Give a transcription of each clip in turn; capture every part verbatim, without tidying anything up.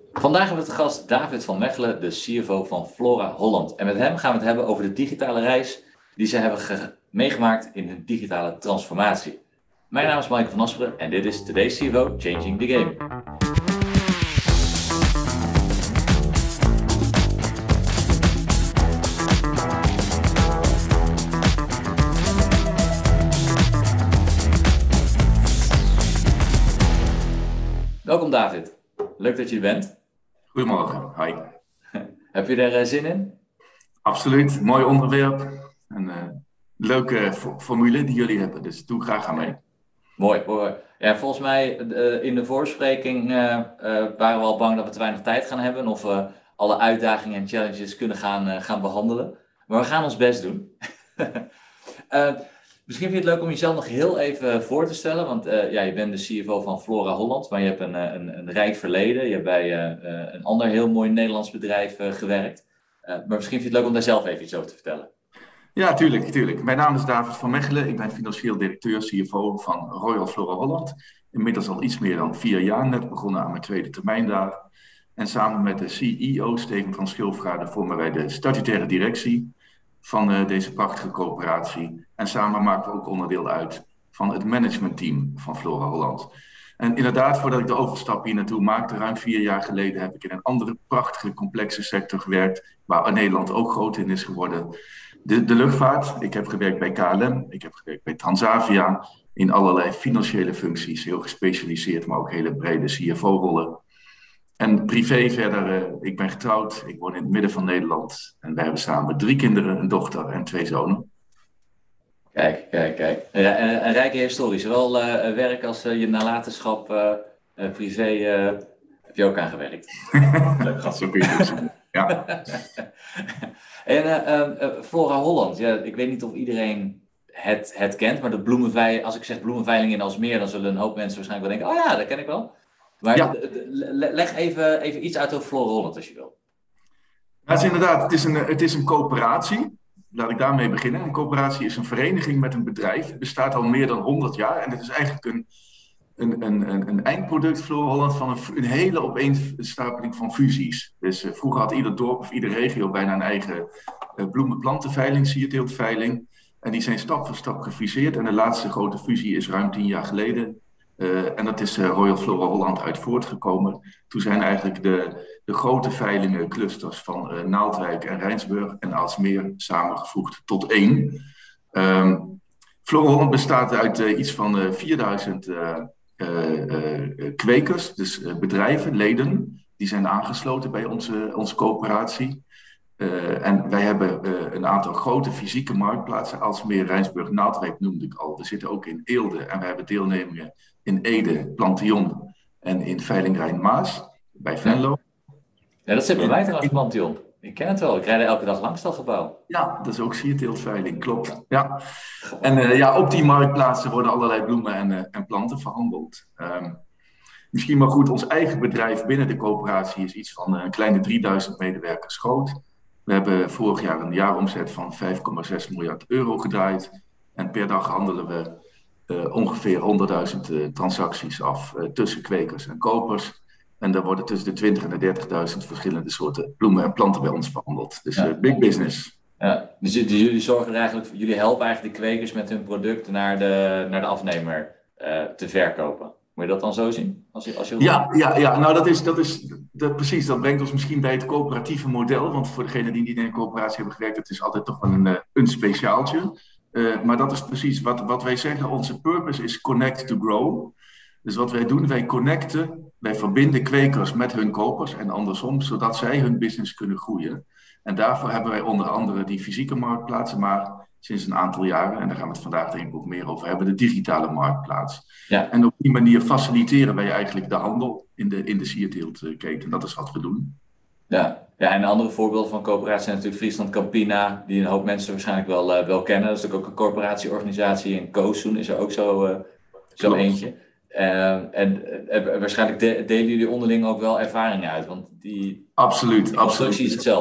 Vandaag hebben we te gast David van Mechelen, de C F O van Flora Holland. En met hem gaan we het hebben over de digitale reis die ze hebben ge- meegemaakt in hun digitale transformatie. Mijn naam is Michael van Asperen en dit is Today's C F O Changing the Game. Welkom David, leuk dat je er bent. Goedemorgen, hi. Heb je er uh, zin in? Absoluut, mooi onderwerp. Een uh, leuke fo- formule die jullie hebben, dus doe graag aan mee. Mooi, mooi. Ja, volgens mij uh, in de voorbespreking uh, uh, waren we al bang dat we te weinig tijd gaan hebben of we uh, alle uitdagingen en challenges kunnen gaan, uh, gaan behandelen. Maar we gaan ons best doen. uh, Misschien vind je het leuk om jezelf nog heel even voor te stellen, want uh, ja, je bent de C F O van Flora Holland, maar je hebt een, een, een rijk verleden. Je hebt bij uh, uh, een ander heel mooi Nederlands bedrijf uh, gewerkt. Uh, maar misschien vind je het leuk om daar zelf even iets over te vertellen. Ja, tuurlijk, tuurlijk. Mijn naam is David van Mechelen. Ik ben financieel directeur C F O van Royal Flora Holland. Inmiddels al iets meer dan vier jaar, net begonnen aan mijn tweede termijn daar. En samen met de C E O, Steven van Schilfgaarde, vormen wij de statutaire directie van uh, deze prachtige coöperatie. En samen maken we ook onderdeel uit van het managementteam van Flora Holland. En inderdaad, voordat ik de overstap hier naartoe maakte, ruim vier jaar geleden, heb ik in een andere prachtige, complexe sector gewerkt, waar Nederland ook groot in is geworden. De, de luchtvaart. Ik heb gewerkt bij K L M, ik heb gewerkt bij Transavia, in allerlei financiële functies, heel gespecialiseerd, maar ook hele brede C F O-rollen. En privé verder, uh, ik ben getrouwd, ik woon in het midden van Nederland en wij hebben samen drie kinderen, een dochter en twee zonen. Kijk, kijk, kijk. Een, een, een rijke historie, zowel uh, werk als uh, je nalatenschap uh, uh, privé uh, heb je ook aangewerkt. Leuk, gaat zo kun je het zien. Ja. En uh, uh, Flora Holland, ja, ik weet niet of iedereen het, het kent, maar de bloemenveiling, als ik zeg bloemenveiling in Alsmeer, dan zullen een hoop mensen waarschijnlijk wel denken, oh ja, dat ken ik wel. Maar ja. de, de, leg even, even iets uit over Flora Holland als je wil. Ja, het is inderdaad, het is een, het is een coöperatie. Laat ik daarmee beginnen. Een coöperatie is een vereniging met een bedrijf. Het bestaat al meer dan honderd jaar en het is eigenlijk een, een, een, een eindproduct, Flora Holland, van een, een hele opeenstapeling van fusies. Dus uh, vroeger had ieder dorp of iedere regio bijna een eigen uh, bloemenplantenveiling, sierteeltveiling. En die zijn stap voor stap gefuseerd. En de laatste grote fusie is ruim tien jaar geleden. Uh, en dat is uh, Royal Flora Holland uit voortgekomen. Toen zijn eigenlijk de, de grote veilingen, clusters van uh, Naaldwijk en Rijnsburg en Aalsmeer samengevoegd tot één. Um, Flora Holland bestaat uit uh, iets van uh, vierduizend uh, uh, uh, kwekers, dus uh, bedrijven, leden, die zijn aangesloten bij onze, onze coöperatie. Uh, en wij hebben uh, een aantal grote fysieke marktplaatsen, Aalsmeer, Rijnsburg, Naaldwijk noemde ik al. We zitten ook in Eelde en we hebben deelnemingen in Ede, Plantion en in Veiling Rijn-Maas, bij Venlo. Ja, dat zit bij mij trouwens, Plantion. Ik ken het wel, ik rijd er elke dag langs dat gebouw. Ja, dat is ook sierteeltveiling, klopt. Ja. En uh, ja, op die marktplaatsen worden allerlei bloemen en, uh, en planten verhandeld. Um, misschien maar goed, ons eigen bedrijf binnen de coöperatie is iets van uh, een kleine drieduizend medewerkers groot. We hebben vorig jaar een jaaromzet van vijf komma zes miljard euro gedraaid. En per dag handelen we uh, ongeveer honderdduizend uh, transacties af uh, tussen kwekers en kopers. En er worden tussen de twintig en de dertigduizend verschillende soorten bloemen en planten bij ons verhandeld. Dus uh, big business. Ja, dus jullie zorgen er eigenlijk, jullie helpen eigenlijk de kwekers met hun producten naar de, naar de afnemer uh, te verkopen. Moet je dat dan zo zien? Als je, als je... Ja, ja, ja, nou dat is, dat is dat, precies. Dat brengt ons misschien bij het coöperatieve model. Want voor degenen die niet in een coöperatie hebben gewerkt, het is altijd toch wel een, een speciaaltje. Uh, maar dat is precies wat, wat wij zeggen. Onze purpose is connect to grow. Dus wat wij doen, wij connecten, wij verbinden kwekers met hun kopers en andersom, zodat zij hun business kunnen groeien. En daarvoor hebben wij onder andere die fysieke marktplaatsen, maar sinds een aantal jaren, en daar gaan we het vandaag denk ik ook meer over hebben, de digitale marktplaats. Ja. En op die manier faciliteren wij eigenlijk de handel in de, in de sierteeltketen. Dat is wat we doen. Ja, ja, en andere voorbeelden van coöperatie zijn natuurlijk Friesland Campina, die een hoop mensen waarschijnlijk wel, uh, wel kennen. Dat is natuurlijk ook een corporatieorganisatie. En Cozoen is er ook zo, uh, zo eentje. Uh, en uh, waarschijnlijk de, delen jullie onderling ook wel ervaringen uit, want die absoluut, die constructie is hetzelfde.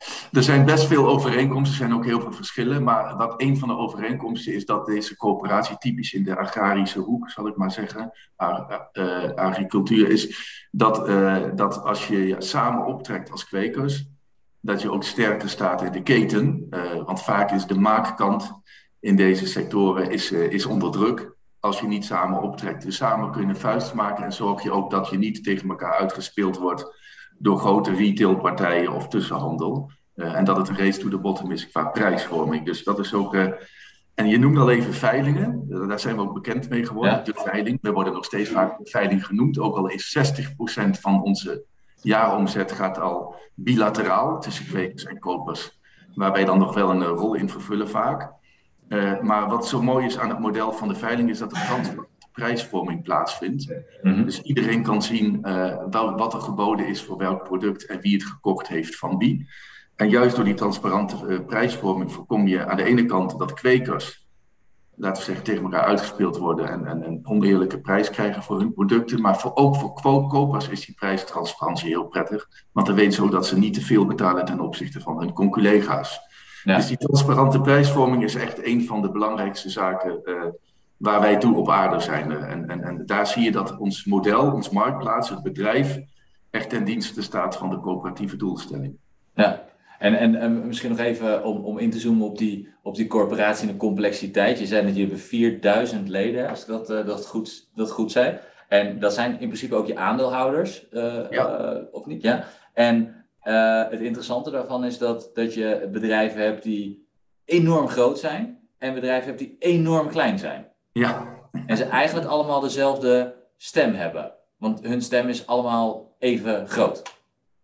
Er zijn best veel overeenkomsten, er zijn ook heel veel verschillen. Maar wat een van de overeenkomsten is dat deze coöperatie, typisch in de agrarische hoek, zal ik maar zeggen, ag- uh, agricultuur, is dat, uh, dat als je ja, samen optrekt als kwekers, dat je ook sterker staat in de keten. Uh, want vaak is de maakkant in deze sectoren is, uh, is onder druk als je niet samen optrekt. Dus samen kun je een vuist maken en zorg je ook dat je niet tegen elkaar uitgespeeld wordt door grote retailpartijen of tussenhandel. Uh, en dat het een race to the bottom is qua prijsvorming. Dus dat is ook... Uh, en je noemde al even veilingen. Uh, daar zijn we ook bekend mee geworden. Ja. De veiling. We worden nog steeds vaak veiling genoemd. Ook al is zestig procent van onze jaaromzet gaat al bilateraal tussen kwekers en kopers. Waar wij dan nog wel een uh, rol in vervullen vaak. Uh, maar wat zo mooi is aan het model van de veiling is dat er transparante prijsvorming plaatsvindt. Mm-hmm. Dus iedereen kan zien uh, wel, wat er geboden is voor welk product en wie het gekocht heeft van wie. En juist door die transparante uh, prijsvorming voorkom je aan de ene kant dat kwekers, laten we zeggen, tegen elkaar uitgespeeld worden en, en een oneerlijke prijs krijgen voor hun producten. Maar voor, ook voor kopers is die prijstransparantie heel prettig. Want dan weten ze ook dat ze niet te veel betalen ten opzichte van hun conculega's. Ja. Dus die transparante prijsvorming is echt een van de belangrijkste zaken uh, waar wij toe op aarde zijn. Uh, en, en, en daar zie je dat ons model, ons marktplaats, het bedrijf, echt ten dienste staat van de coöperatieve doelstelling. Ja. En, en, en misschien nog even om, om in te zoomen op die, op die corporatie en de complexiteit. Je zei dat jullie hebben vierduizend leden, als ik dat, uh, dat, goed, dat goed zei. En dat zijn in principe ook je aandeelhouders, uh, ja. uh, of niet? Ja. En uh, het interessante daarvan is dat, dat je bedrijven hebt die enorm groot zijn en bedrijven hebt die enorm klein zijn. Ja. En ze eigenlijk allemaal dezelfde stem hebben. Want hun stem is allemaal even groot.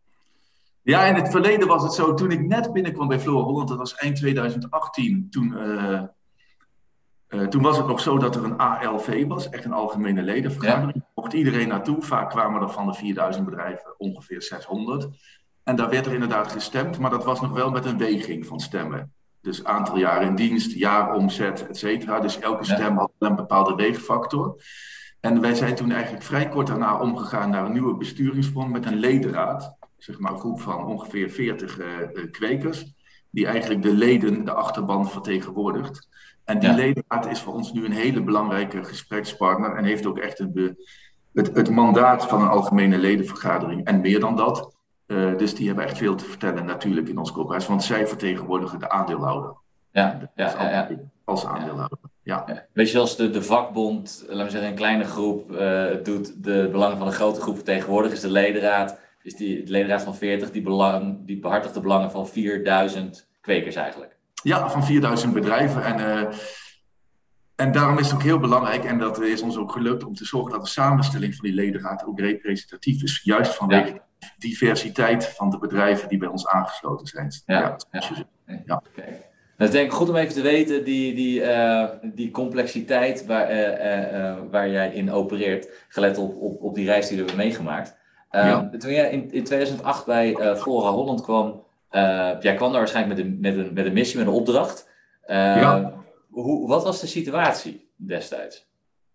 Ja, in het verleden was het zo, toen ik net binnenkwam bij Flora Holland, dat was eind tweeduizend achttien, toen, uh, uh, toen was het nog zo dat er een A L V was, echt een algemene ledenvergadering. Ja. Mocht iedereen naartoe, vaak kwamen er van de vierduizend bedrijven ongeveer zeshonderd. En daar werd er inderdaad gestemd, maar dat was nog wel met een weging van stemmen. Dus aantal jaar in dienst, jaaromzet, et cetera. Dus elke stem ja. had een bepaalde weegfactor. En wij zijn toen eigenlijk vrij kort daarna omgegaan naar een nieuwe besturingsvorm met een ledenraad. Zeg maar een groep van ongeveer veertig uh, uh, kwekers, die eigenlijk de leden, de achterban vertegenwoordigt. En die ja. ledenraad is voor ons nu een hele belangrijke gesprekspartner en heeft ook echt een be, het, het mandaat van een algemene ledenvergadering en meer dan dat. Uh, dus die hebben echt veel te vertellen natuurlijk in onze coöperatie, want zij vertegenwoordigen de aandeelhouder. Ja, ja, ja, ja. Als aandeelhouder. Ja. Ja. Weet je, zoals de, de vakbond, laten we zeggen een kleine groep, uh, doet de belangen van een grote groep vertegenwoordigen, is de ledenraad. Dus die de ledenraad van veertig, die, belang, die behartigt de belangen van vierduizend kwekers eigenlijk. Ja, van vierduizend bedrijven. En, uh, en daarom is het ook heel belangrijk, en dat is ons ook gelukt, om te zorgen dat de samenstelling van die ledenraad ook representatief is. Juist vanwege ja. de diversiteit van de bedrijven die bij ons aangesloten zijn. Ja, ja, ja. ja. Okay. Dat is denk ik goed om even te weten, die, die, uh, die complexiteit waar, uh, uh, uh, waar jij in opereert, gelet op, op, op die reis die we hebben meegemaakt. Uh, ja. Toen jij in, in tweeduizend acht bij uh, Flora Holland kwam, uh, jij kwam daar waarschijnlijk met een, met een, met een missie, met een opdracht. Uh, ja. hoe, wat was de situatie destijds?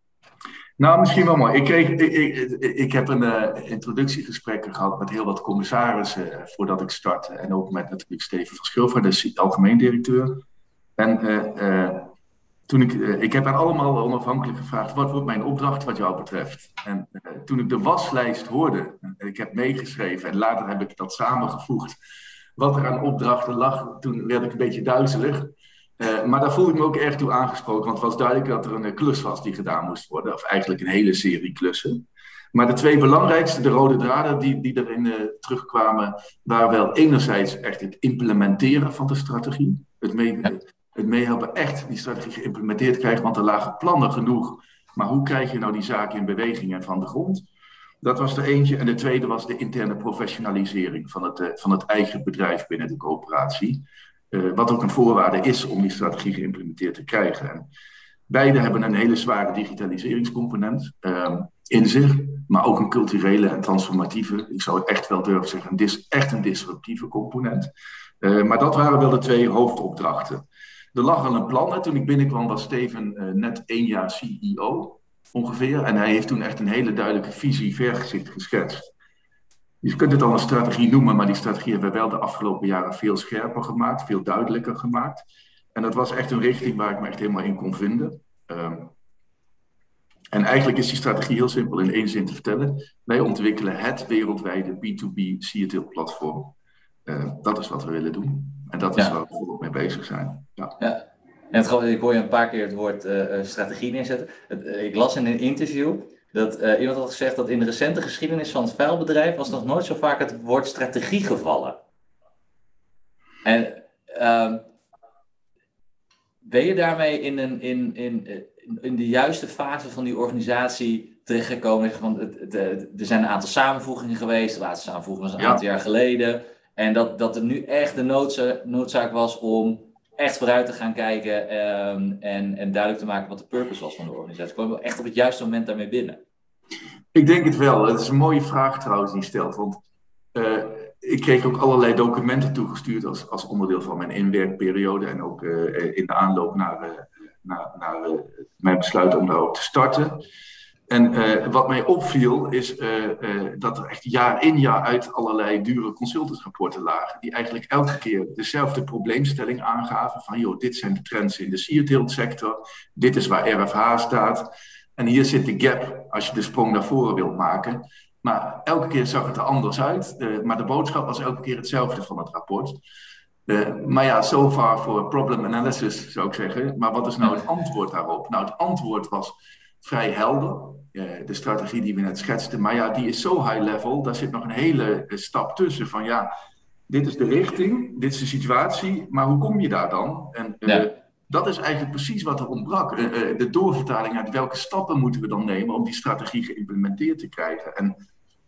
Nou, misschien wel mooi. Ik, kreeg, ik, ik, ik heb een uh, introductiegesprekken gehad met heel wat commissarissen uh, voordat ik startte. En ook met natuurlijk Steven van Schilver, de algemeen directeur. En uh, uh, toen ik, uh, ik heb hen allemaal onafhankelijk gevraagd, wat wordt mijn opdracht wat jou betreft? En uh, toen ik de waslijst hoorde, en ik heb meegeschreven en later heb ik dat samengevoegd, wat er aan opdrachten lag, toen werd ik een beetje duizelig. Uh, maar daar voelde ik me ook erg toe aangesproken, want het was duidelijk dat er een uh, klus was die gedaan moest worden. Of eigenlijk een hele serie klussen. Maar de twee belangrijkste, de rode draden die, die erin uh, terugkwamen, waren wel enerzijds echt het implementeren van de strategie. Het, mee, ja. het meehelpen echt die strategie geïmplementeerd krijgen, want er lagen plannen genoeg. Maar hoe krijg je nou die zaken in beweging en van de grond? Dat was de eentje. En de tweede was de interne professionalisering van het, uh, van het eigen bedrijf binnen de coöperatie. Uh, wat ook een voorwaarde is om die strategie geïmplementeerd te krijgen. En beide hebben een hele zware digitaliseringscomponent uh, in zich, maar ook een culturele en transformatieve, ik zou het echt wel durven zeggen, een dis, echt een disruptieve component. Uh, maar dat waren wel de twee hoofdopdrachten. Er lag al een plan. Hè. Toen ik binnenkwam was Steven uh, net één jaar C E O ongeveer. En hij heeft toen echt een hele duidelijke visie, vergezicht geschetst. Je kunt het dan een strategie noemen, maar die strategie hebben we wel de afgelopen jaren veel scherper gemaakt, veel duidelijker gemaakt. En dat was echt een richting waar ik me echt helemaal in kon vinden. Um, en eigenlijk is die strategie heel simpel in één zin te vertellen. Wij ontwikkelen het wereldwijde B twee B Seatil platform. Uh, dat is wat we willen doen. En dat is ja. waar we volop mee bezig zijn. Ja. Ja. En het, ik hoor je een paar keer het woord uh, strategie neerzetten. Het, uh, ik las in een interview dat uh, iemand had gezegd dat in de recente geschiedenis van het vuilbedrijf was nog nooit zo vaak het woord strategie gevallen. En uh, ben je daarmee in, een, in, in, in de juiste fase van die organisatie terechtgekomen? Van het, het, het, er zijn een aantal samenvoegingen geweest. De laatste samenvoeging was een ja. aantal jaar geleden. En dat, dat er nu echt de noodzaak, noodzaak was om echt vooruit te gaan kijken um, en, en duidelijk te maken wat de purpose was van de organisatie. Komen we echt op het juiste moment daarmee binnen? Ik denk het wel. Het is een mooie vraag trouwens die je stelt. Want uh, ik kreeg ook allerlei documenten toegestuurd als, als onderdeel van mijn inwerkperiode. En ook uh, in de aanloop naar, uh, naar, naar uh, mijn besluit om daarop te starten. En uh, wat mij opviel is uh, uh, dat er echt jaar in jaar uit allerlei dure consultantsrapporten lagen. Die eigenlijk elke keer dezelfde probleemstelling aangaven. Van joh, dit zijn de trends in de sierteeltsector. Dit is waar R F H staat. En hier zit de gap als je de sprong naar voren wilt maken. Maar elke keer zag het er anders uit. Uh, maar de boodschap was elke keer hetzelfde van het rapport. Uh, maar ja, so far for problem analysis zou ik zeggen. Maar wat is nou het antwoord daarop? Nou, het antwoord was vrij helder. Uh, de strategie die we net schetsten. Maar ja, die is zo high level. Daar zit nog een hele uh, stap tussen. Van ja, dit is de richting. Dit is de situatie. Maar hoe kom je daar dan? En uh, ja. dat is eigenlijk precies wat er ontbrak. Uh, uh, de doorvertaling uit welke stappen moeten we dan nemen om die strategie geïmplementeerd te krijgen. En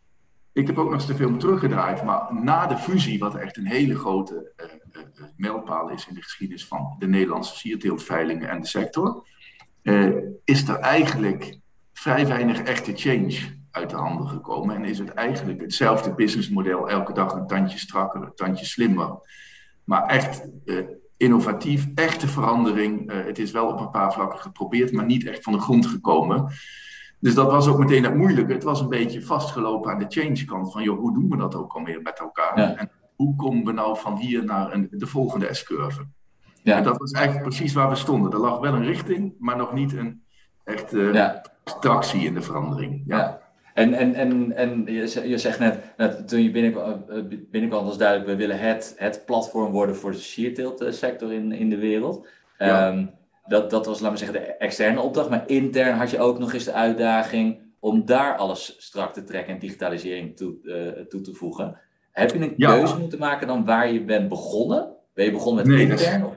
ik heb ook nog eens de film teruggedraaid. Maar na de fusie, wat echt een hele grote uh, uh, mijlpaal is in de geschiedenis van de Nederlandse sierteeltveilingen en de sector. Uh, is er eigenlijk vrij weinig echte change uit de handen gekomen. En is het eigenlijk hetzelfde businessmodel elke dag een tandje strakker, een tandje slimmer. Maar echt uh, innovatief, echte verandering. Uh, het is wel op een paar vlakken geprobeerd, maar niet echt van de grond gekomen. Dus dat was ook meteen het moeilijke. Het was een beetje vastgelopen aan de change kant. Van joh, hoe doen we dat ook alweer met elkaar? Ja. En hoe komen we nou van hier naar een, de volgende S-curve? Ja. En dat was eigenlijk precies waar we stonden. Er lag wel een richting, maar nog niet een echte uh, ja. tractie in de verandering. Ja. Ja. En, en, en, en je, je zegt net, net, toen je binnenkwam, binnenkwam was duidelijk, we willen het, het platform worden voor de sierteeltsector in, in de wereld. Ja. Um, dat, dat was, laten we zeggen, de externe opdracht. Maar intern had je ook nog eens de uitdaging om daar alles strak te trekken en digitalisering toe, uh, toe te voegen. Heb je een ja. keuze moeten maken dan waar je bent begonnen? Ben je begonnen met nee, intern? Dus,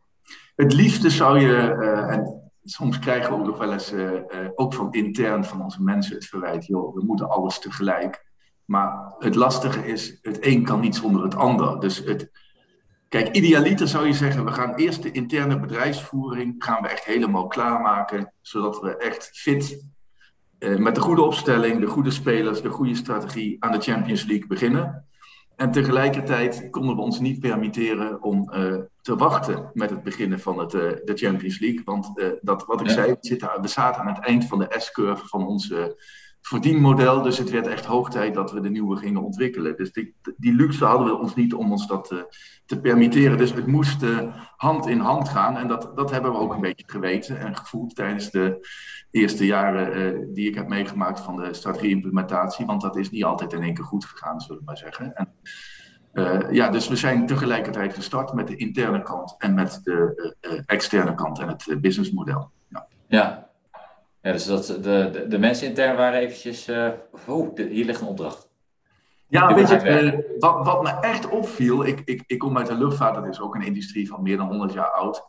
het liefste zou je, uh, en soms krijgen we ook nog wel eens, uh, uh, ook van intern van onze mensen het verwijt, joh, we moeten alles tegelijk. Maar het lastige is, het een kan niet zonder het ander. Dus het, kijk, idealiter zou je zeggen, we gaan eerst de interne bedrijfsvoering, gaan we echt helemaal klaarmaken, zodat we echt fit, uh, met de goede opstelling, de goede spelers, de goede strategie aan de Champions League beginnen. En tegelijkertijd konden we ons niet permitteren om uh, te wachten met het beginnen van het, uh, de Champions League. Want uh, dat, wat ik ja. zei, we, zitten, we zaten aan het eind van de S-curve van ons uh, verdienmodel. Dus het werd echt hoog tijd dat we de nieuwe gingen ontwikkelen. Dus die, die luxe hadden we ons niet om ons dat uh, te permitteren. Dus het moest uh, hand in hand gaan. En dat, dat hebben we ook een beetje geweten en gevoeld tijdens de eerste jaren uh, die ik heb meegemaakt van de strategie-implementatie. Want dat is niet altijd in één keer goed gegaan, zullen we maar zeggen. En, uh, ja, dus we zijn tegelijkertijd gestart met de interne kant en met de uh, externe kant en het uh, businessmodel. Ja. Ja. Ja, dus dat, de, de, de mensen intern waren eventjes, uh, oh, de, hier ligt een opdracht. Ja, weet je, uh, wat, wat me echt opviel, ik, ik, ik kom uit de luchtvaart, dat is ook een industrie van meer dan honderd jaar oud.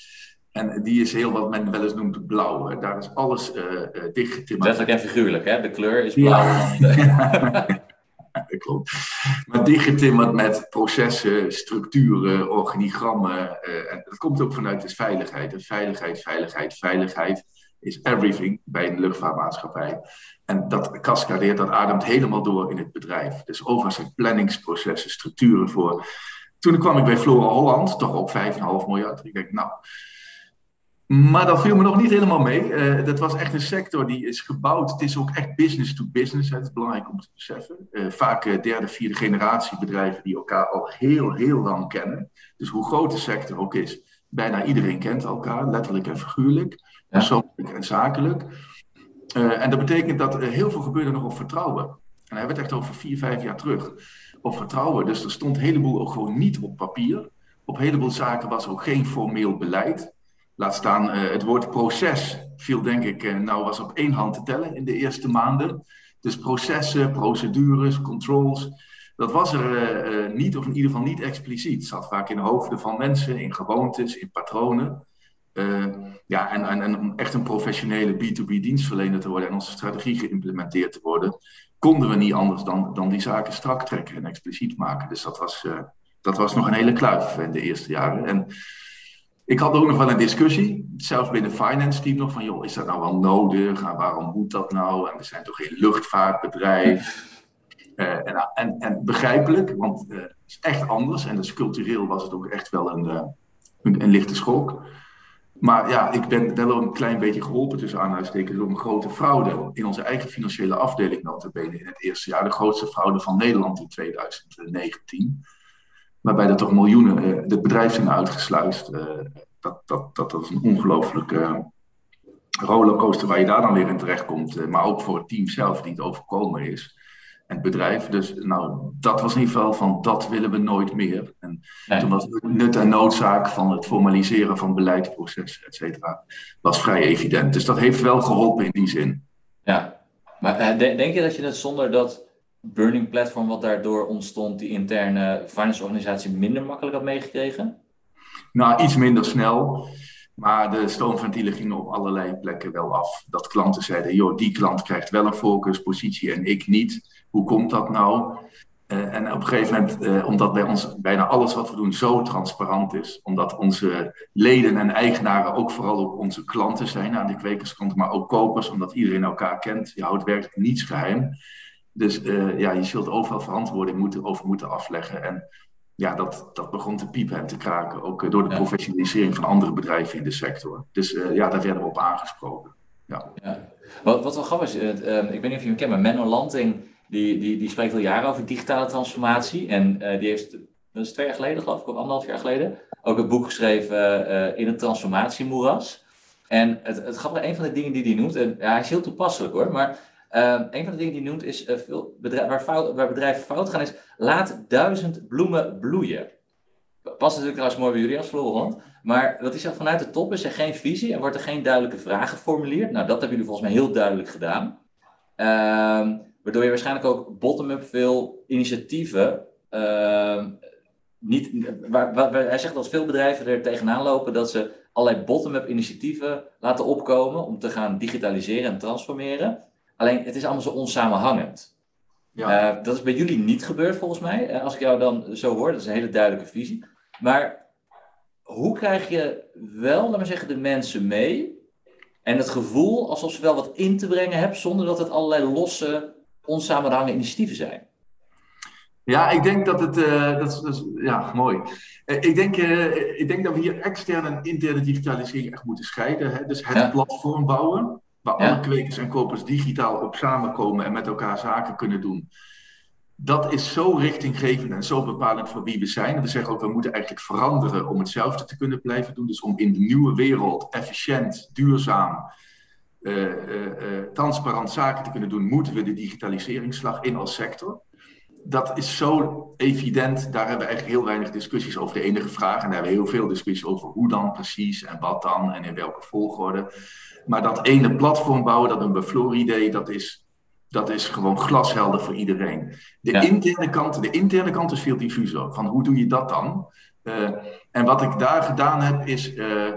En die is heel wat men wel eens noemt blauw. Hè. Daar is alles uh, uh, dichtgetimmerd. Letterlijk en figuurlijk, hè? De kleur is blauw. Ja. Dan de... Dat klopt. Maar dichtgetimmerd met processen, structuren, organigrammen. Uh, en dat komt ook vanuit de veiligheid. En veiligheid, veiligheid, veiligheid is everything bij een luchtvaartmaatschappij. En dat cascadeert, dat ademt helemaal door in het bedrijf. Dus overal zijn planningsprocessen, structuren voor. Toen kwam ik bij Flora Holland, toch ook vijf komma vijf miljard. Ik denk, nou, Maar dat viel me nog niet helemaal mee. Uh, dat was echt een sector die is gebouwd. Het is ook echt business to business. Het is belangrijk om te beseffen. Uh, vaak uh, derde, vierde generatie bedrijven die elkaar al heel, heel lang kennen. Dus hoe groot de sector ook is, bijna iedereen kent elkaar, letterlijk en figuurlijk, persoonlijk en zakelijk. Uh, en dat betekent dat uh, heel veel gebeurde nog op vertrouwen. En dan hebben we het echt over vier, vijf jaar terug. Op vertrouwen. Dus er stond een heleboel ook gewoon niet op papier. Op een heleboel zaken was ook geen formeel beleid. Laat staan, uh, het woord proces viel denk ik, uh, nou was op één hand te tellen in de eerste maanden. Dus processen, procedures, controls, dat was er uh, uh, niet, of in ieder geval niet expliciet. Het zat vaak in de hoofden van mensen, in gewoontes, in patronen. Uh, ja, en, en, en om echt een professionele B twee B dienstverlener te worden en onze strategie geïmplementeerd te worden, konden we niet anders dan, dan die zaken strak trekken en expliciet maken. Dus dat was, uh, dat was nog een hele kluif in de eerste jaren. En ik had ook nog wel een discussie, zelfs binnen het finance team nog, van joh, is dat nou wel nodig? En waarom moet dat nou? En we zijn toch geen luchtvaartbedrijf? Uh, en, en, en begrijpelijk, want uh, het is echt anders. En dus cultureel was het ook echt wel een, uh, een, een lichte schok. Maar ja, ik ben wel een klein beetje geholpen tussen aanhalingstekens door een grote fraude in onze eigen financiële afdeling nota bene in het eerste jaar. De grootste fraude van Nederland in twintig negentien. Waarbij er toch miljoenen, uh, het bedrijf zijn uitgesluist. Uh, dat, dat, dat, dat is een ongelooflijke uh, rollercoaster waar je daar dan weer in terechtkomt. Uh, maar ook voor het team zelf die het overkomen is. En het bedrijf. Dus nou, dat was in ieder geval van dat willen we nooit meer. En nee. Toen was het nut en noodzaak van het formaliseren van beleidsprocessen, et cetera, was vrij evident. Dus dat heeft wel geholpen in die zin. Ja, maar uh, denk je dat je het zonder dat Burning Platform wat daardoor ontstond, die interne finance organisatie minder makkelijk had meegekregen? Nou, iets minder snel. Maar de stoomventielen gingen op allerlei plekken wel af. Dat klanten zeiden, joh, die klant krijgt wel een focuspositie en ik niet. Hoe komt dat nou? Uh, en op een gegeven moment, uh, omdat bij ons bijna alles wat we doen zo transparant is. Omdat onze leden en eigenaren ook vooral ook onze klanten zijn aan de kwekerskant, maar ook kopers, omdat iedereen elkaar kent. Je houdt werkelijk niets geheim. Dus uh, ja, je zult overal verantwoording moeten, over moeten afleggen. En ja, dat, dat begon te piepen en te kraken. Ook uh, door de ja. professionalisering van andere bedrijven in de sector. Dus uh, ja, daar werden we op aangesproken. Ja. Ja. Wat, wat wel grappig is, uh, uh, ik weet niet of je hem kent, maar Menno Lanting, die, die, die spreekt al jaren over digitale transformatie. En uh, die heeft, dat is twee jaar geleden geloof ik, of anderhalf jaar geleden, ook een boek geschreven uh, in het transformatiemoeras. En het, het grappige, een van de dingen die hij noemt, en ja, hij is heel toepasselijk hoor, maar Uh, een van de dingen die hij noemt is, uh, veel bedrijf, waar, fout, waar bedrijven fout gaan is, laat duizend bloemen bloeien. Past natuurlijk trouwens mooi bij jullie als Florent, maar wat hij zegt, vanuit de top is er geen visie en wordt er geen duidelijke vraag geformuleerd. Nou, dat hebben jullie volgens mij heel duidelijk gedaan. Uh, waardoor je waarschijnlijk ook bottom-up veel initiatieven, uh, niet, waar, waar, waar, hij zegt dat veel bedrijven er tegenaan lopen dat ze allerlei bottom-up initiatieven laten opkomen om te gaan digitaliseren en transformeren. Alleen, het is allemaal zo onsamenhangend. Ja. Uh, dat is bij jullie niet gebeurd, volgens mij. Uh, als ik jou dan zo hoor, dat is een hele duidelijke visie. Maar hoe krijg je wel, laten we zeggen, de mensen mee en het gevoel alsof ze wel wat in te brengen hebben, zonder dat het allerlei losse, onsamenhangende initiatieven zijn? Ja, ik denk dat het... Uh, dat is, dat is, ja, mooi. Uh, ik, denk, uh, ik denk dat we hier externe en interne digitalisering echt moeten scheiden. Hè? Dus het ja. platform bouwen, waar ja. alle kwekers en kopers digitaal op samenkomen en met elkaar zaken kunnen doen. Dat is zo richtinggevend en zo bepalend voor wie we zijn. En we zeggen ook, we moeten eigenlijk veranderen om hetzelfde te kunnen blijven doen. Dus om in de nieuwe wereld efficiënt, duurzaam, uh, uh, uh, transparant zaken te kunnen doen, moeten we de digitaliseringsslag in als sector. Dat is zo evident, daar hebben we eigenlijk heel weinig discussies over. De enige vraag, en daar hebben we heel veel discussies over hoe dan precies en wat dan en in welke volgorde. Maar dat ene platform bouwen, dat een Befloor-idee, dat is, dat is gewoon glashelder voor iedereen. De, ja. interne kant, de interne kant is veel diffuser. Van hoe doe je dat dan? Uh, en wat ik daar gedaan heb, is uh,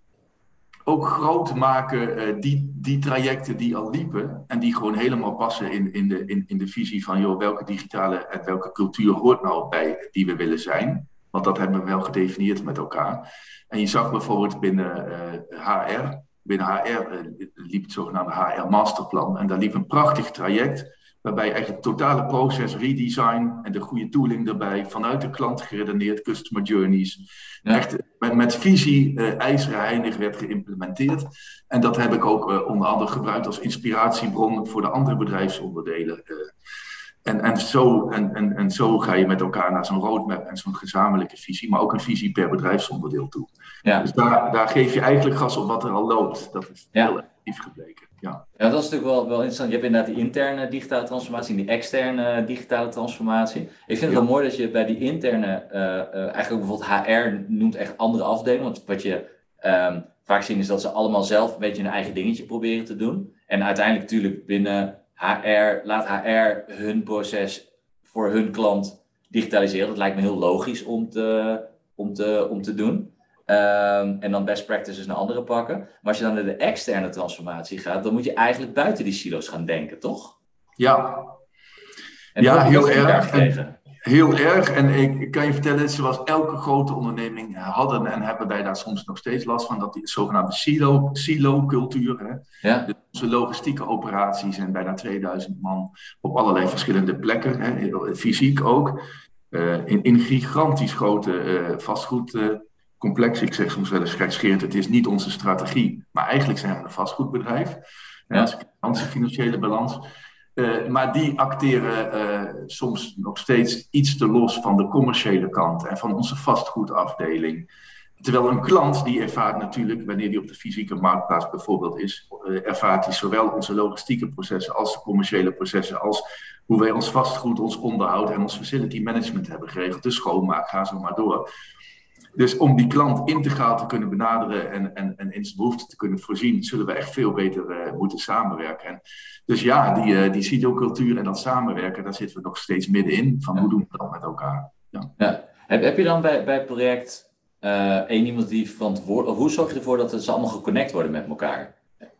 ook groot maken uh, die, die trajecten die al liepen. En die gewoon helemaal passen in, in, de, in, in de visie van joh, welke digitale en welke cultuur hoort nou bij die we willen zijn. Want dat hebben we wel gedefinieerd met elkaar. En je zag bijvoorbeeld binnen uh, H R... Binnen H R uh, liep het zogenaamde H R Masterplan. En daar liep een prachtig traject waarbij eigenlijk totale proces redesign en de goede tooling daarbij, vanuit de klant geredeneerd, customer journeys, ja. echt met, met visie uh, ijzeren heilig werd geïmplementeerd. En dat heb ik ook uh, onder andere gebruikt als inspiratiebron voor de andere bedrijfsonderdelen. Uh, En, en, zo, en, en, en zo ga je met elkaar naar zo'n roadmap en zo'n gezamenlijke visie, maar ook een visie per bedrijfsonderdeel toe. Ja. Dus daar, daar geef je eigenlijk gas op wat er al loopt. Dat is ja. heel effectief gebleken. Ja. Ja, dat is natuurlijk wel, wel interessant. Je hebt inderdaad die interne digitale transformatie en die externe digitale transformatie. Ik vind het ja. wel mooi dat je bij die interne, uh, uh, eigenlijk ook bijvoorbeeld H R noemt echt andere afdelingen. Want wat je um, vaak ziet is dat ze allemaal zelf een beetje hun eigen dingetje proberen te doen. En uiteindelijk natuurlijk binnen H R, laat H R hun proces voor hun klant digitaliseren. Dat lijkt me heel logisch om te, om te, om te doen. Um, en dan best practices naar anderen pakken. Maar als je dan naar de externe transformatie gaat, dan moet je eigenlijk buiten die silo's gaan denken, toch? Ja, en ja heel erg. En, heel erg. En ik, ik kan je vertellen, zoals elke grote onderneming hadden en hebben wij daar soms nog steeds last van, dat die zogenaamde silo, silo-cultuur. Hè? Ja. Dus onze logistieke operaties zijn bijna tweeduizend man op allerlei verschillende plekken, hè? Fysiek ook. Uh, in, in gigantisch grote uh, vastgoed. Uh, complex. Ik zeg soms wel eens gekscherend, het is niet onze strategie, maar eigenlijk zijn we een vastgoedbedrijf. Ja. Als onze financiële balans. Uh, maar die acteren uh, soms nog steeds iets te los van de commerciële kant en van onze vastgoedafdeling. Terwijl een klant die ervaart natuurlijk, wanneer die op de fysieke marktplaats bijvoorbeeld is, uh, ervaart hij zowel onze logistieke processen als de commerciële processen, als hoe wij ons vastgoed, ons onderhoud en ons facility management hebben geregeld. De schoonmaak, ga zo maar door. Dus om die klant integraal te kunnen benaderen en, en, en in zijn behoeften te kunnen voorzien, zullen we echt veel beter uh, moeten samenwerken. En dus ja, die, uh, die silo-cultuur en dat samenwerken, daar zitten we nog steeds middenin. Van hoe doen we dat met elkaar? Ja. Ja. Heb, heb je dan bij, bij het project uh, één iemand die verantwoordelijk, hoe zorg je ervoor dat ze allemaal geconnect worden met elkaar?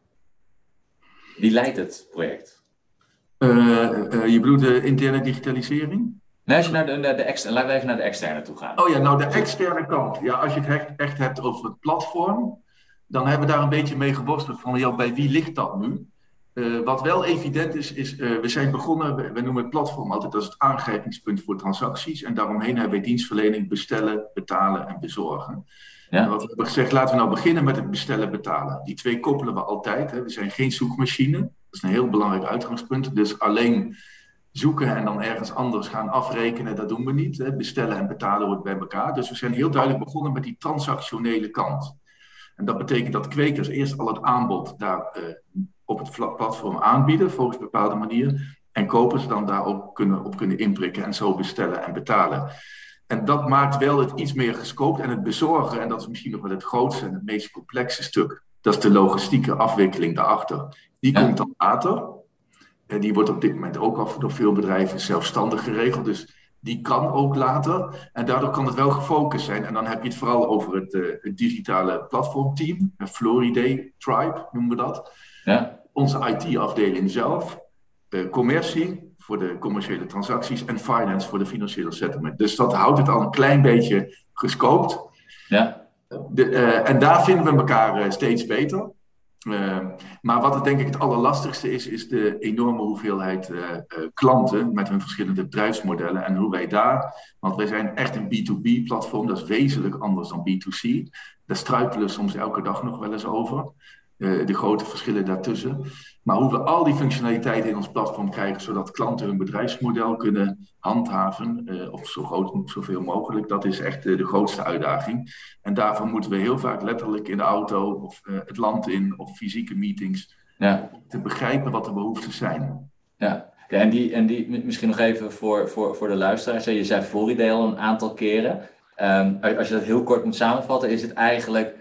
Wie leidt het project? Uh, uh, je bedoelt de interne digitalisering? Nee, als je naar de, naar de externe, laten we even naar de externe toe gaan. Oh ja, nou de externe kant. Ja, als je het echt, echt hebt over het platform, dan hebben we daar een beetje mee geworsteld van, ja, bij wie ligt dat nu? Uh, wat wel evident is, is uh, we zijn begonnen, we, we noemen het platform altijd als het aangrijpingspunt voor transacties. En daaromheen hebben we dienstverlening, bestellen, betalen en bezorgen. Ja. En wat we hebben gezegd, laten we nou beginnen met het bestellen, betalen. Die twee koppelen we altijd. Hè. We zijn geen zoekmachine. Dat is een heel belangrijk uitgangspunt. Dus alleen zoeken en dan ergens anders gaan afrekenen, dat doen we niet. Hè. Bestellen en betalen hoort bij elkaar. Dus we zijn heel duidelijk begonnen met die transactionele kant. En dat betekent dat kwekers eerst al het aanbod daar uh, op het platform aanbieden, volgens een bepaalde manier. En kopers dan daar ook kunnen, op kunnen inprikken en zo bestellen en betalen. En dat maakt wel het iets meer gescoopt. En het bezorgen, en dat is misschien nog wel het grootste en het meest complexe stuk, dat is de logistieke afwikkeling daarachter. Die ja. komt dan later. En die wordt op dit moment ook al door veel bedrijven zelfstandig geregeld. Dus die kan ook later. En daardoor kan het wel gefocust zijn. En dan heb je het vooral over het, uh, het digitale platformteam. Floriday Tribe noemen we dat. Ja. Onze I T-afdeling zelf. Uh, commercie voor de commerciële transacties. En finance voor de financiële settlement. Dus dat houdt het al een klein beetje gescoopt. Ja. De, uh, en daar vinden we elkaar uh, steeds beter. Uh, maar wat het denk ik het allerlastigste is, is de enorme hoeveelheid uh, uh, klanten met hun verschillende bedrijfsmodellen en hoe wij daar, want wij zijn echt een B to B platform, dat is wezenlijk anders dan B to C. Daar struikelen we soms elke dag nog wel eens over, uh, de grote verschillen daartussen. Maar hoe we al die functionaliteiten in ons platform krijgen, zodat klanten hun bedrijfsmodel kunnen handhaven, uh, of zo groot, zoveel mogelijk, dat is echt uh, de grootste uitdaging. En daarvoor moeten we heel vaak letterlijk in de auto of uh, het land in of fysieke meetings ja. te begrijpen wat de behoeften zijn. Ja, ja en, die, en die misschien nog even voor, voor, voor de luisteraars. Je zei Floriday al een aantal keren. Um, als je dat heel kort moet samenvatten, is het eigenlijk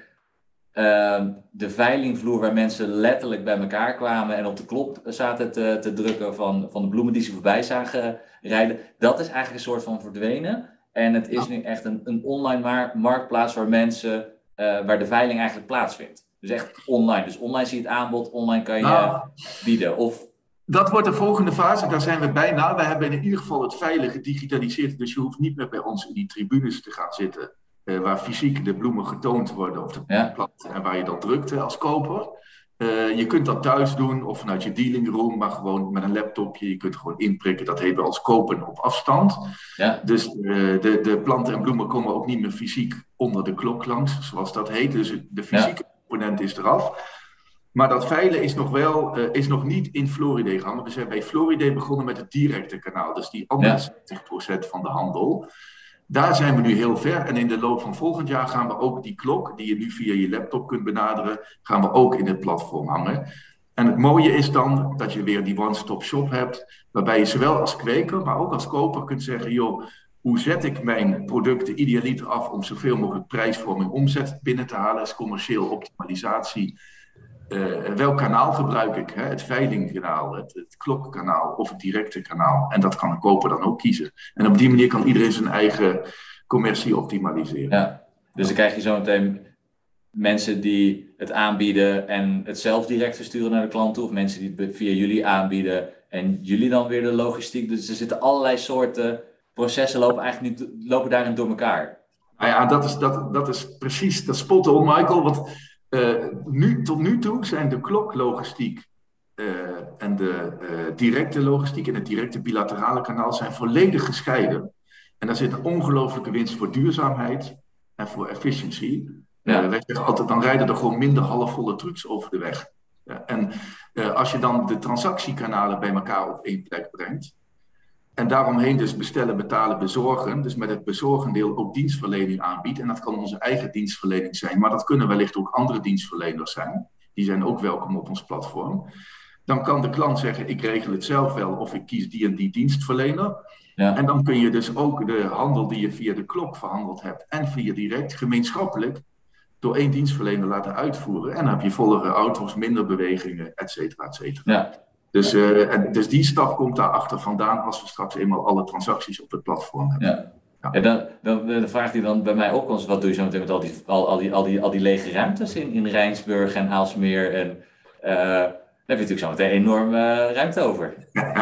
Uh, de veilingvloer waar mensen letterlijk bij elkaar kwamen en op de klop zaten te, te drukken van, van de bloemen die ze voorbij zagen rijden. Dat is eigenlijk een soort van verdwenen. En het is nu echt een, een online mar- marktplaats waar mensen, uh, waar de veiling eigenlijk plaatsvindt. Dus echt online. Dus online zie je het aanbod, online kan je nou, bieden. Of dat wordt de volgende fase, daar zijn we bijna. We hebben in ieder geval het veilige gedigitaliseerd. Dus je hoeft niet meer bij ons in die tribunes te gaan zitten. Uh, waar fysiek de bloemen getoond worden op de ja. plant en waar je dan drukt uh, als koper. Uh, je kunt dat thuis doen of vanuit je dealing room, maar gewoon met een laptopje. Je kunt gewoon inprikken. Dat heet wel als kopen op afstand. Ja. Dus uh, de, de planten en bloemen komen ook niet meer fysiek onder de klok langs, zoals dat heet. Dus de fysieke ja. component is eraf. Maar dat veilen is nog wel, uh, is nog niet in Florida gegaan. We zijn bij Florida begonnen met het directe kanaal. Dus die andere ja. zeventig procent van de handel. Daar zijn we nu heel ver. En in de loop van volgend jaar gaan we ook die klok, die je nu via je laptop kunt benaderen, gaan we ook in het platform hangen. En het mooie is dan dat je weer die one-stop shop hebt, waarbij je zowel als kweker, maar ook als koper kunt zeggen, joh, hoe zet ik mijn producten idealiter af om zoveel mogelijk prijsvorming, omzet binnen te halen, is commercieel optimalisatie. Uh, welk kanaal gebruik ik? Hè? Het veilingkanaal, het, het klokkanaal of het directe kanaal. En dat kan een koper dan ook kiezen. En op die manier kan iedereen zijn eigen commercie optimaliseren. Ja, dus dan krijg je zo meteen mensen die het aanbieden en het zelf direct versturen naar de klant toe. Of mensen die het via jullie aanbieden en jullie dan weer de logistiek. Dus er zitten allerlei soorten processen lopen eigenlijk nu lopen daarin door elkaar. Nou ja, dat is, dat, dat is precies, dat is spot on, Michael. Want Uh, nu, tot nu toe zijn de kloklogistiek uh, en de uh, directe logistiek en het directe bilaterale kanaal zijn volledig gescheiden. En daar zit een ongelooflijke winst voor duurzaamheid en voor efficiëntie. Ja. Uh, wij zeggen altijd, dan rijden er gewoon minder halfvolle trucks over de weg. Uh, en uh, als je dan de transactiekanalen bij elkaar op één plek brengt, en daaromheen dus bestellen, betalen, bezorgen. Dus met het bezorgendeel ook dienstverlening aanbiedt. En dat kan onze eigen dienstverlening zijn. Maar dat kunnen wellicht ook andere dienstverleners zijn. Die zijn ook welkom op ons platform. Dan kan de klant zeggen, ik regel het zelf wel. Of ik kies die en die dienstverlener. Ja. En dan kun je dus ook de handel die je via de klok verhandeld hebt. En via direct gemeenschappelijk door één dienstverlener laten uitvoeren. En dan heb je vollere auto's, minder bewegingen, et cetera, et cetera. Ja. Dus, uh, en, dus die stap komt daarachter vandaan als we straks eenmaal alle transacties op het platform hebben. Ja. Ja. Ja, dan, dan, de vraag die dan bij mij opkomt, wat doe je zo meteen met al die, al, al die, al die, al die lege ruimtes in, in Rijnsburg en Aalsmeer? En, uh, daar heb je natuurlijk zo meteen enorm uh, ruimte over.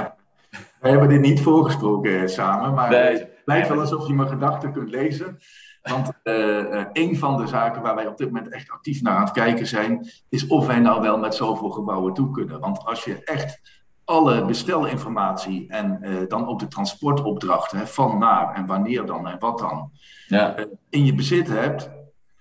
We hebben dit niet voorgesproken samen, maar nee, het lijkt wel alsof je mijn gedachten kunt lezen. Want uh, uh, een van de zaken waar wij op dit moment echt actief naar aan het kijken zijn, is of wij nou wel met zoveel gebouwen toe kunnen. Want als je echt alle bestelinformatie en uh, dan ook de transportopdrachten, hè, van naar en wanneer dan en wat dan, ja. uh, in je bezit hebt,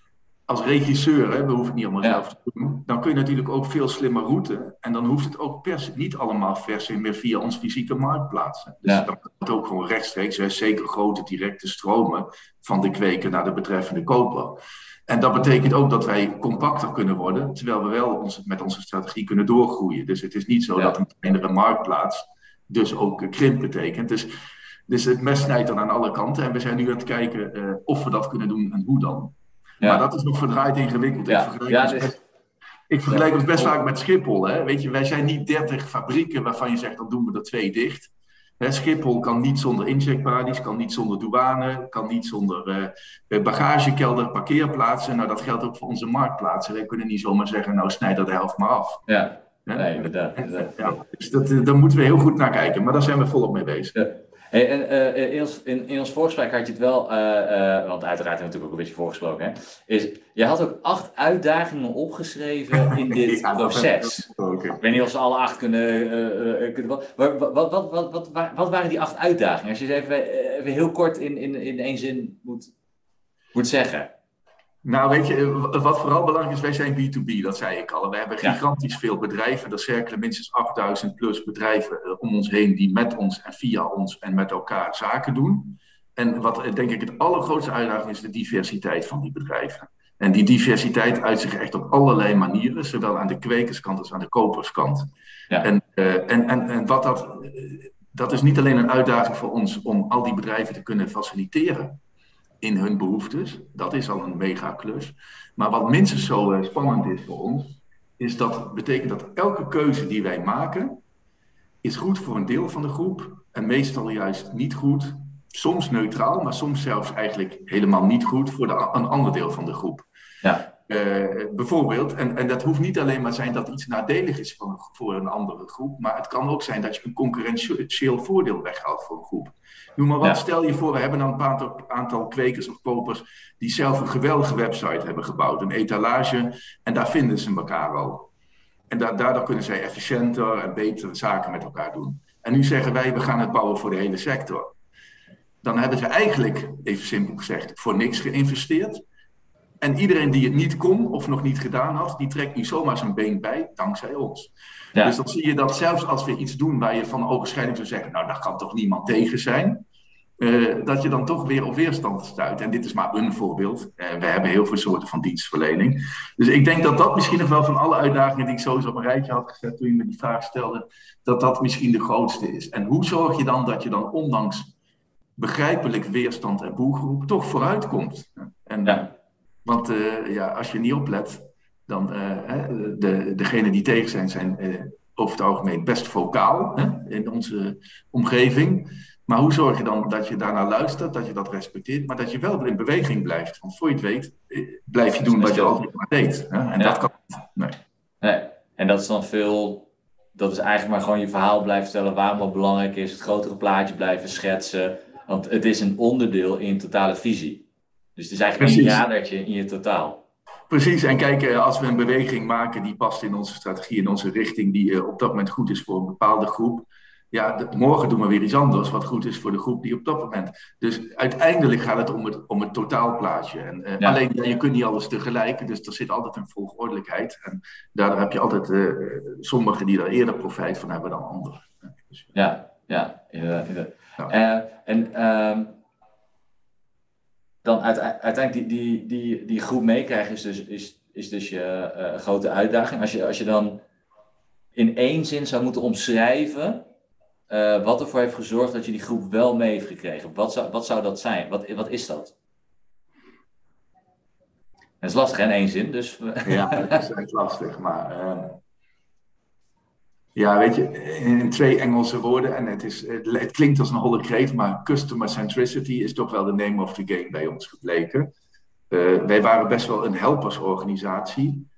als regisseur, hè, we hoeven het niet allemaal ja. zelf te doen, dan kun je natuurlijk ook veel slimmer routen. En dan hoeft het ook per se niet allemaal per se meer via ons fysieke marktplaatsen. Dus ja. dan kan het ook gewoon rechtstreeks, hè, zeker grote directe stromen van de kweker naar de betreffende koper. En dat betekent ook dat wij compacter kunnen worden, terwijl we wel ons, met onze strategie kunnen doorgroeien. Dus het is niet zo ja. dat een kleinere marktplaats dus ook krimp betekent. Dus, dus het mes snijdt dan aan alle kanten. En we zijn nu aan het kijken uh, of we dat kunnen doen en hoe dan. Ja. Maar dat is nog verdraaid ingewikkeld. Ja. Ik vergelijk, ja, ons, best, ik vergelijk ja. ons best vaak met Schiphol. Hè? Weet je, wij zijn niet dertig fabrieken waarvan je zegt, dan doen we er twee dicht. Hè, Schiphol kan niet zonder incheckbalies, kan niet zonder douane, kan niet zonder uh, bagagekelder, parkeerplaatsen. Nou, dat geldt ook voor onze marktplaatsen. Wij kunnen niet zomaar zeggen, nou snijd er de helft maar af. Ja, hè? Nee, inderdaad. inderdaad. Ja, dus dat, daar moeten we heel goed naar kijken. Maar daar zijn we volop mee bezig. Ja. Hey, en, uh, in, ons, in, in ons voorgesprek had je het wel, uh, uh, want uiteraard hebben we natuurlijk ook een beetje voorgesproken, hè, is, je had ook acht uitdagingen opgeschreven in dit ja, proces. Ik weet niet of ze alle acht kunnen, uh, uh, kunnen maar wat, wat, wat, wat, wat, wat waren die acht uitdagingen? Als je het even, even heel kort in, in, in één zin moet, moet zeggen. Nou, weet je, wat vooral belangrijk is, wij zijn B to B, dat zei ik al. We hebben gigantisch ja. veel bedrijven. Er cirkelen minstens achtduizend plus bedrijven uh, om ons heen die met ons en via ons en met elkaar zaken doen. En wat uh, denk ik het allergrootste uitdaging is, de diversiteit van die bedrijven. En die diversiteit uit zich echt op allerlei manieren, zowel aan de kwekerskant als aan de koperskant. Ja. En, uh, en, en, en wat dat, uh, dat is niet alleen een uitdaging voor ons om al die bedrijven te kunnen faciliteren in hun behoeftes. Dat is al een mega klus. Maar wat minstens zo uh, spannend is voor ons, is dat betekent dat elke keuze die wij maken, is goed voor een deel van de groep en meestal juist niet goed. Soms neutraal, maar soms zelfs eigenlijk helemaal niet goed voor de, een ander deel van de groep. Ja. Uh, bijvoorbeeld, en, en dat hoeft niet alleen maar zijn dat iets nadelig is voor een, voor een andere groep, maar het kan ook zijn dat je een concurrentieel voordeel weghaalt voor een groep. Noem maar wat, ja. Stel je voor, we hebben dan een aantal, aantal kwekers of kopers die zelf een geweldige website hebben gebouwd, een etalage, en daar vinden ze elkaar al. En da- daardoor kunnen zij efficiënter en betere zaken met elkaar doen. En nu zeggen wij, we gaan het bouwen voor de hele sector. Dan hebben ze eigenlijk, even simpel gezegd, voor niks geïnvesteerd. En iedereen die het niet kon of nog niet gedaan had, die trekt nu zomaar zijn been bij, dankzij ons. Ja. Dus dan zie je dat zelfs als we iets doen waar je van ogenschijnlijk zou zeggen, nou daar kan toch niemand tegen zijn. Uh, dat je dan toch weer op weerstand stuit. En dit is maar een voorbeeld. Uh, we hebben heel veel soorten van dienstverlening. Dus ik denk dat dat misschien nog wel van alle uitdagingen die ik sowieso op een rijtje had gezet toen je me die vraag stelde, dat dat misschien de grootste is. En hoe zorg je dan dat je dan ondanks begrijpelijk weerstand en boelgroep toch vooruit komt? En, ja. Want uh, ja, als je niet oplet, dan uh, de, degenen die tegen zijn, zijn uh, over het algemeen best vocaal hè, in onze omgeving. Maar hoe zorg je dan dat je daarnaar luistert, dat je dat respecteert, maar dat je wel in beweging blijft? Want voor je het weet, blijf je doen wat je altijd maar deed. Hè? En ja. dat kan niet. Nee. Nee. En dat is dan veel, dat is eigenlijk maar gewoon je verhaal blijven vertellen waarom het belangrijk is, het grotere plaatje blijven schetsen. Want het is een onderdeel in je totale visie. Dus het is eigenlijk Precies. een radertje in je totaal. Precies, en kijk, als we een beweging maken die past in onze strategie, in onze richting, die op dat moment goed is voor een bepaalde groep. Ja, morgen doen we weer iets anders wat goed is voor de groep die op dat moment. Dus uiteindelijk gaat het om het, om het totaalplaatje. En, uh, ja. Alleen, ja, je kunt niet alles tegelijk, dus er zit altijd een volgordelijkheid. En daardoor heb je altijd uh, sommigen die daar eerder profijt van hebben dan anderen. Dus, ja, ja. ja, ja. ja. Uh, en uh, dan uiteindelijk die, die, die, die groep meekrijgen is dus, is, is dus je uh, grote uitdaging. Als je, als je dan in één zin zou moeten omschrijven Uh, wat ervoor heeft gezorgd dat je die groep wel mee heeft gekregen. Wat zou, wat zou dat zijn? Wat, wat is dat? Dat is lastig, hè, in één zin. Dus... Ja, dat is echt lastig. Maar uh, ja, weet je, in twee Engelse woorden, en het, is, het, het klinkt als een holle kreet, maar customer centricity is toch wel de name of the game bij ons gebleken. Uh, wij waren best wel een helpersorganisatie,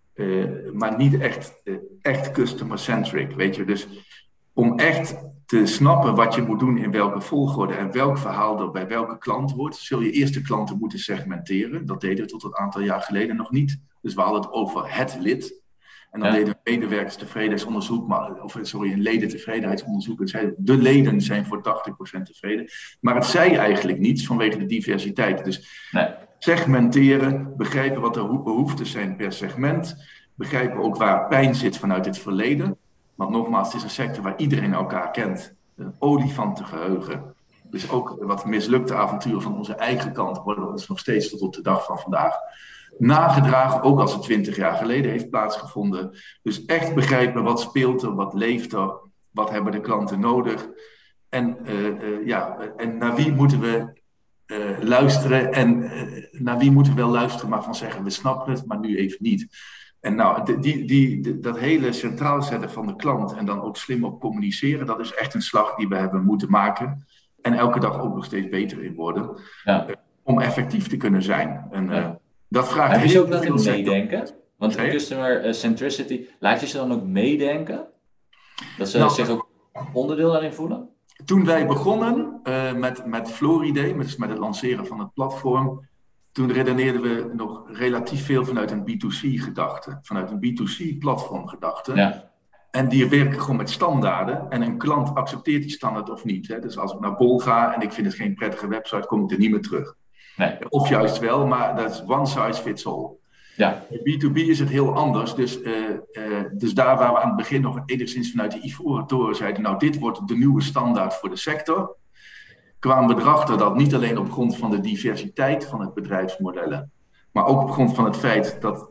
uh, maar niet echt, uh, echt customer centric, weet je. Dus om echt te snappen wat je moet doen in welke volgorde en welk verhaal er bij welke klant hoort, zul je eerst de klanten moeten segmenteren. Dat deden we tot een aantal jaar geleden nog niet. Dus we hadden het over het lid. En dan ja. deden we medewerkerstevredenheidsonderzoek, maar, of sorry, een ledentevredenheidsonderzoek. En zeiden, de leden zijn voor tachtig procent tevreden. Maar het zei eigenlijk niets vanwege de diversiteit. Dus nee. segmenteren, begrijpen wat de behoeften zijn per segment. Begrijpen ook waar pijn zit vanuit het verleden. Want nogmaals, het is een sector waar iedereen elkaar kent. Een olifantengeheugen. Dus ook wat mislukte avonturen van onze eigen kant worden ons nog steeds tot op de dag van vandaag nagedragen. Ook als het twintig jaar geleden heeft plaatsgevonden. Dus echt begrijpen wat speelt er, wat leeft er, wat hebben de klanten nodig. En, uh, uh, ja, en naar wie moeten we uh, luisteren. En uh, naar wie moeten we wel luisteren, maar van zeggen we snappen het, maar nu even niet. En nou, die, die, die, dat hele centraal zetten van de klant en dan ook slim op communiceren, dat is echt een slag die we hebben moeten maken. En elke dag ook nog steeds beter in worden. Ja. Uh, om effectief te kunnen zijn. En uh, ja. dat vraagt heel veel. Heb je ook dat meedenken? Want de customer centricity, laat je ze dan ook meedenken? Dat ze nou, zich ook onderdeel daarin voelen? Toen wij begonnen uh, met, met Floridee, met, dus met het lanceren van het platform, toen redeneerden we nog relatief veel vanuit een B twee C gedachte. Vanuit een B twee C platform gedachte. Ja. En die werken gewoon met standaarden. En een klant accepteert die standaard of niet. Hè? Dus als ik naar Bol ga en ik vind het geen prettige website, kom ik er niet meer terug. Nee. Of juist wel, maar dat is one size fits all. Ja. Bij B twee B is het heel anders. Dus, uh, uh, dus daar waar we aan het begin nog enigszins vanuit de Ivoren Toren zeiden, nou dit wordt de nieuwe standaard voor de sector, kwamen we erachter dat niet alleen op grond van de diversiteit van het bedrijfsmodellen, maar ook op grond van het feit dat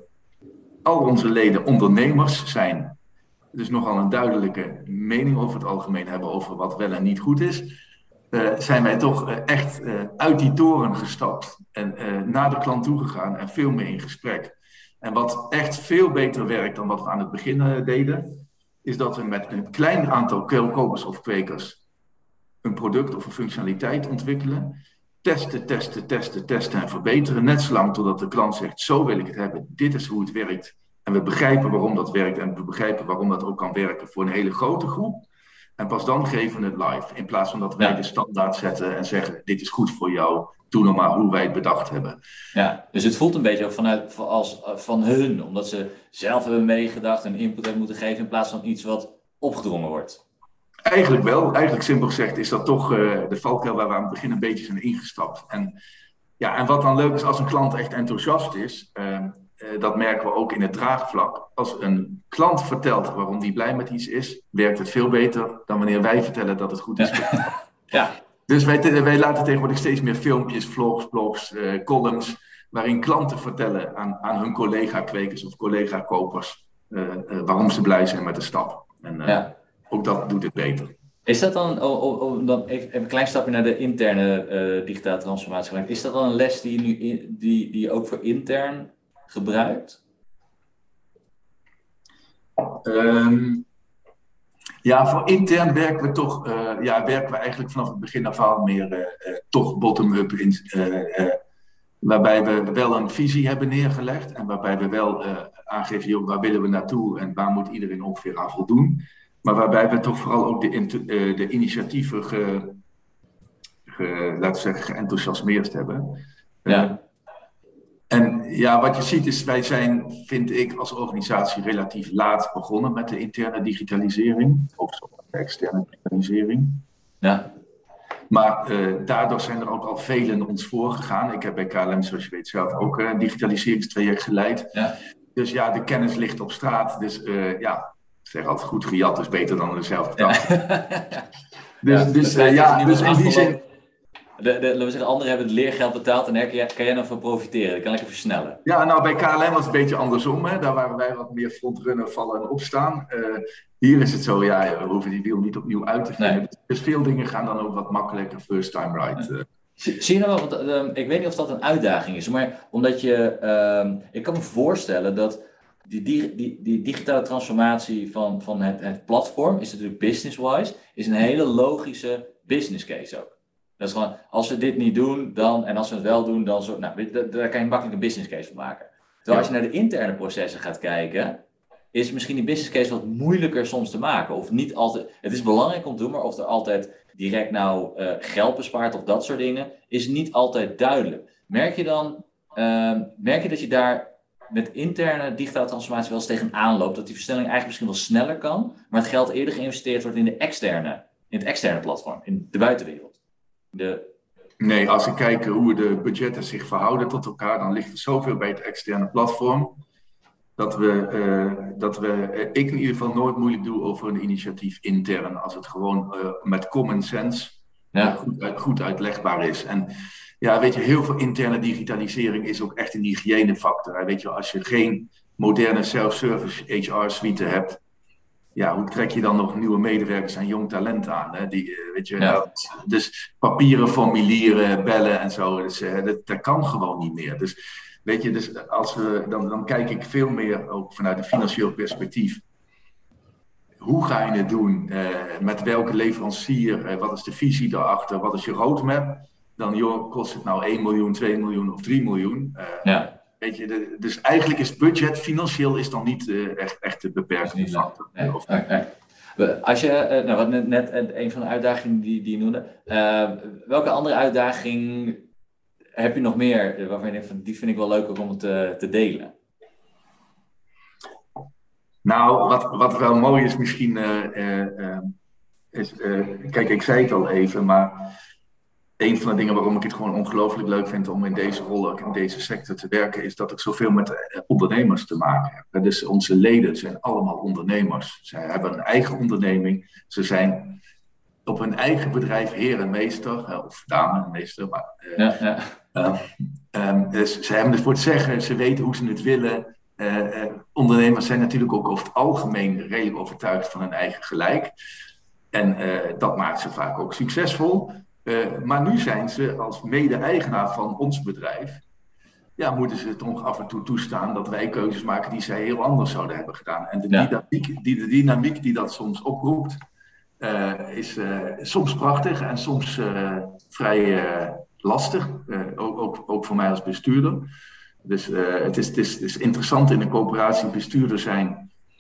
al onze leden ondernemers zijn, dus nogal een duidelijke mening over het algemeen hebben over wat wel en niet goed is, uh, zijn wij toch uh, echt uh, uit die toren gestapt en uh, naar de klant toegegaan en veel meer in gesprek. En wat echt veel beter werkt dan wat we aan het begin uh, deden, is dat we met een klein aantal kopers of kwekers een product of een functionaliteit ontwikkelen, testen, testen, testen, testen en verbeteren, net zolang totdat de klant zegt, zo wil ik het hebben, dit is hoe het werkt. En we begrijpen waarom dat werkt en we begrijpen waarom dat ook kan werken voor een hele grote groep. En pas dan geven we het live, in plaats van dat wij ja. de standaard zetten en zeggen, dit is goed voor jou, doe nog maar hoe wij het bedacht hebben. Ja, dus het voelt een beetje ook vanuit, als, van hun, omdat ze zelf hebben meegedacht en input hebben moeten geven in plaats van iets wat opgedrongen wordt. Eigenlijk wel. Eigenlijk simpel gezegd is dat toch uh, de valkuil waar we aan het begin een beetje zijn ingestapt. En, ja, en wat dan leuk is als een klant echt enthousiast is, uh, uh, dat merken we ook in het draagvlak. Als een klant vertelt waarom die blij met iets is, werkt het veel beter dan wanneer wij vertellen dat het goed is. Ja. Ja. Dus wij, wij laten tegenwoordig steeds meer filmpjes, vlogs, blogs, uh, columns, waarin klanten vertellen aan, aan hun collega-kwekers of collega-kopers uh, uh, waarom ze blij zijn met de stap. En uh, ja. ook dat doet het beter. Is dat dan, oh, oh, oh, dan even, even een klein stapje naar de interne uh, digitale transformatie, is dat dan een les die je nu in, die, die je ook voor intern gebruikt? Um, Ja, voor intern werken we toch, uh, ja, werken we eigenlijk vanaf het begin af aan meer uh, uh, toch bottom-up in, uh, uh, waarbij we wel een visie hebben neergelegd en waarbij we wel uh, aangeven, joh, waar willen we naartoe en waar moet iedereen ongeveer aan voldoen. Maar waarbij we toch vooral ook de, uh, de initiatieven ge, ge, laten we zeggen, geenthousiasmeerd hebben. Ja. Uh, En ja, wat je ziet is, wij zijn, vind ik, als organisatie relatief laat begonnen met de interne digitalisering. Of de externe digitalisering. Ja. Maar uh, daardoor zijn er ook al velen ons voorgegaan. Ik heb bij K L M, zoals je weet, zelf ook een digitaliseringstraject geleid. Ja. Dus ja, de kennis ligt op straat. Dus uh, ja, ik zeg altijd, goed gejat is beter dan er zelf bedacht. Ja. Dus, ja, dus, uh, ja, dus in die zin... De, de, laten we zeggen, anderen hebben het leergeld betaald en daar kan jij, kan jij nog van profiteren. Dat kan lekker versnellen. Ja, nou bij K L M was het een beetje andersom. Hè. Daar waren wij wat meer frontrunner, vallen en opstaan. Uh, hier is het zo, ja, we hoeven die wiel niet opnieuw uit te vinden. Nee. Dus veel dingen gaan dan ook wat makkelijker first time right. Uh. Zie, zie je nou wel, want uh, ik weet niet of dat een uitdaging is, maar omdat je, uh, ik kan me voorstellen dat die, die, die, die digitale transformatie van, van het, het platform, is natuurlijk business-wise, is een hele logische business case ook. Dat is gewoon, als we dit niet doen, dan, en als we het wel doen, dan zo, nou, daar kan je makkelijk een business case van maken. Terwijl als je naar de interne processen gaat kijken, is misschien die business case wat moeilijker soms te maken. Of niet altijd, het is belangrijk om te doen, maar of er altijd direct nou uh, geld bespaart of dat soort dingen, is niet altijd duidelijk. Merk je dan, uh, merk je dat je daar met interne digitale transformatie wel eens tegenaan loopt, dat die versnelling eigenlijk misschien wel sneller kan, maar het geld eerder geïnvesteerd wordt in de externe, in het externe platform, in de buitenwereld? De... Nee, als ik kijk hoe de budgetten zich verhouden tot elkaar, dan ligt er zoveel bij het externe platform, dat we, uh, dat we uh, ik in ieder geval nooit moeilijk doe over een initiatief intern, als het gewoon uh, met common sense ja. uh, goed, uit, goed uitlegbaar is. En ja, weet je, heel veel interne digitalisering is ook echt een hygiënefactor. Hè? Weet je, als je geen moderne self-service H R-suite hebt, ja, hoe trek je dan nog nieuwe medewerkers en jong talent aan? Hè? Die, weet je, ja. dat, dus papieren, formulieren, bellen en zo, dus, dat, dat kan gewoon niet meer. Dus weet je, dus als we, dan, dan kijk ik veel meer ook vanuit een financieel perspectief. Hoe ga je het doen? Uh, met welke leverancier? Uh, wat is de visie daarachter? Wat is je roadmap? Dan joh, kost het nou één miljoen, twee miljoen of drie miljoen? Uh, ja. Weet je, de, dus eigenlijk is budget financieel is dan niet uh, echt, echt de beperkende factor. Nee, of, nee, nee. Als je, uh, nou, wat net, net een van de uitdagingen die, die je noemde, uh, welke andere uitdaging heb je nog meer waarvan je denkt van die vind ik wel leuk ook om het te, te delen? Nou, wat, wat wel mooi is misschien, uh, uh, uh, is, uh, kijk, ik zei het al even, maar een van de dingen waarom ik het gewoon ongelooflijk leuk vind om in deze rol, ook in deze sector te werken, is dat ik zoveel met ondernemers te maken heb. Dus onze leden zijn allemaal ondernemers. Zij hebben een eigen onderneming. Ze zijn op hun eigen bedrijf heer en meester, of dame en meester. Maar, uh, ja, ja. Uh, um, dus ze hebben het voor het zeggen, ze weten hoe ze het willen. Uh, uh, ondernemers zijn natuurlijk ook over het algemeen redelijk overtuigd van hun eigen gelijk. En uh, dat maakt ze vaak ook succesvol. Uh, maar nu zijn ze als mede-eigenaar van ons bedrijf, ja, moeten ze het nog af en toe toestaan dat wij keuzes maken die zij heel anders zouden hebben gedaan. En de, ja. dynamiek, die, de dynamiek die dat soms oproept, uh, is uh, soms prachtig en soms uh, vrij uh, lastig, uh, ook, ook, ook voor mij als bestuurder. Dus uh, het, is, het, is, het is interessant in een coöperatie bestuurder zijn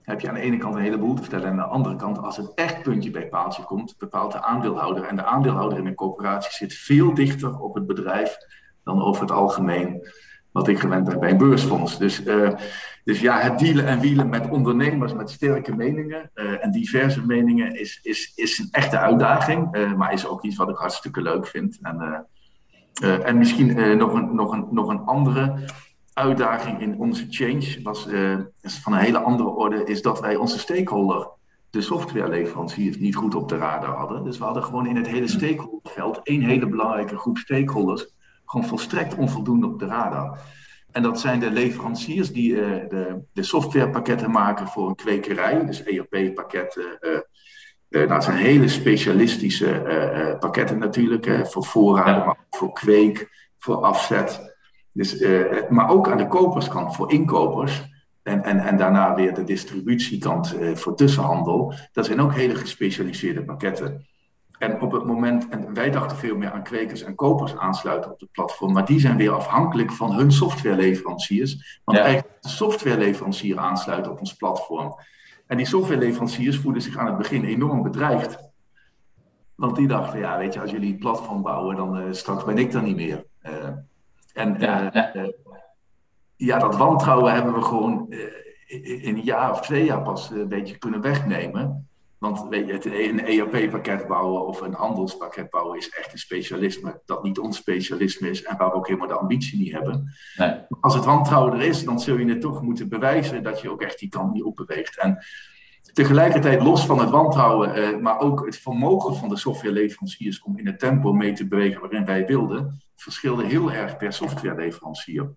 heb je aan de ene kant een heleboel te vertellen. En aan de andere kant, als het echt puntje bij paaltje komt, bepaalt de aandeelhouder. En de aandeelhouder in een coöperatie zit veel dichter op het bedrijf dan over het algemeen wat ik gewend ben bij een beursfonds. Dus, uh, dus ja, het dealen en wielen met ondernemers met sterke meningen uh, en diverse meningen is, is, is een echte uitdaging. Uh, maar is ook iets wat ik hartstikke leuk vind. En, uh, uh, en misschien uh, nog, een, nog, een, nog een andere uitdaging in onze change, was, uh, is van een hele andere orde, is dat wij onze stakeholder, de softwareleveranciers, niet goed op de radar hadden. Dus we hadden gewoon in het hele stakeholderveld één hele belangrijke groep stakeholders gewoon volstrekt onvoldoende op de radar. En dat zijn de leveranciers die uh, de, de softwarepakketten maken voor een kwekerij, dus E R P-pakketten. Uh, uh, nou, dat zijn hele specialistische uh, uh, pakketten natuurlijk, uh, voor voorraden, maar ook voor kweek, voor afzet. Dus, uh, maar ook aan de koperskant voor inkopers. En, en, en daarna weer de distributiekant uh, voor tussenhandel. Dat zijn ook hele gespecialiseerde pakketten. En op het moment, en wij dachten veel meer aan kwekers en kopers aansluiten op het platform, maar die zijn weer afhankelijk van hun softwareleveranciers. Want ja. eigenlijk de softwareleverancier aansluiten op ons platform. En die softwareleveranciers voelden zich aan het begin enorm bedreigd. Want die dachten, ja, weet je, als jullie een platform bouwen, dan uh, straks ben ik er niet meer. Uh, en ja, uh, uh, ja, dat wantrouwen hebben we gewoon uh, in een jaar of twee jaar pas uh, een beetje kunnen wegnemen. Want weet je, het, een E R P-pakket bouwen of een handelspakket bouwen is echt een specialisme dat niet ons specialisme is en waar we ook helemaal de ambitie niet hebben. Nee. Als het wantrouwen er is, dan zul je het toch moeten bewijzen dat je ook echt die kant niet opbeweegt. En tegelijkertijd, los van het wantrouwen, eh, maar ook het vermogen van de softwareleveranciers om in het tempo mee te bewegen waarin wij wilden, verschilde heel erg per softwareleverancier.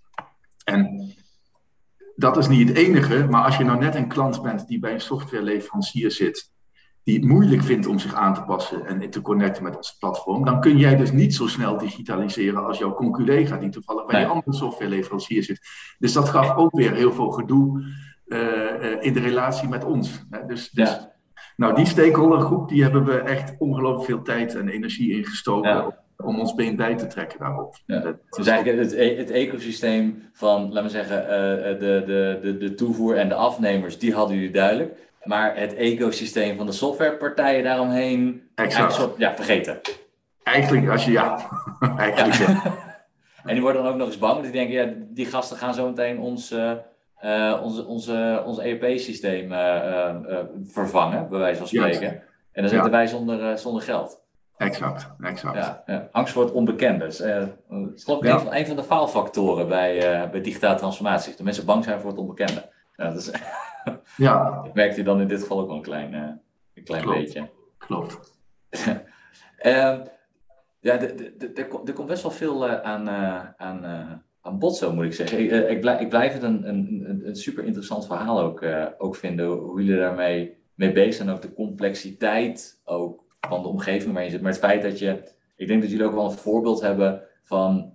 En dat is niet het enige, maar als je nou net een klant bent die bij een softwareleverancier zit, die het moeilijk vindt om zich aan te passen en te connecten met ons platform, dan kun jij dus niet zo snel digitaliseren als jouw conculega die toevallig bij nee. die andere softwareleverancier zit. Dus dat gaf ook weer heel veel gedoe uh, uh, in de relatie met ons. Hè? Dus, dus ja. nou, die stakeholdergroep, die hebben we echt ongelooflijk veel tijd en energie ingestoken. Ja. Om ons been bij te trekken daarop. Ja. Dat dus eigenlijk ook... het, e- het ecosysteem van, laten we zeggen, uh, de, de, de, de toevoer en de afnemers, die hadden jullie duidelijk. Maar het ecosysteem van de softwarepartijen daaromheen, exact. Soort, ja, vergeten. Eigenlijk, als je, ja. eigenlijk, ja. En die worden dan ook nog eens bang, want die denken, ja, die gasten gaan zo meteen ons, uh, uh, onze, onze, ons E R P-systeem uh, uh, uh, vervangen, bij wijze van spreken. Ja. En dan zitten ja. wij zonder, uh, zonder geld. Exact, exact. Ja, ja. Angst voor het onbekende. Dus, uh, dat is geloof ik ja. een, van, een van de faalfactoren bij, uh, bij digitale transformatie. Dat mensen bang zijn voor het onbekende. Ja, dat is, ja. Dat merkt u dan in dit geval ook wel een klein, uh, een klein Klopt. beetje. Klopt. uh, ja, er komt best wel veel uh, aan, uh, aan, uh, aan bod, zo moet ik zeggen. Ik, uh, ik, blijf, ik blijf het een, een, een super interessant verhaal ook, uh, ook vinden. Hoe jullie daarmee mee bezig zijn. Ook de complexiteit ook van de omgeving waar je zit. Maar het feit dat je... Ik denk dat jullie ook wel een voorbeeld hebben van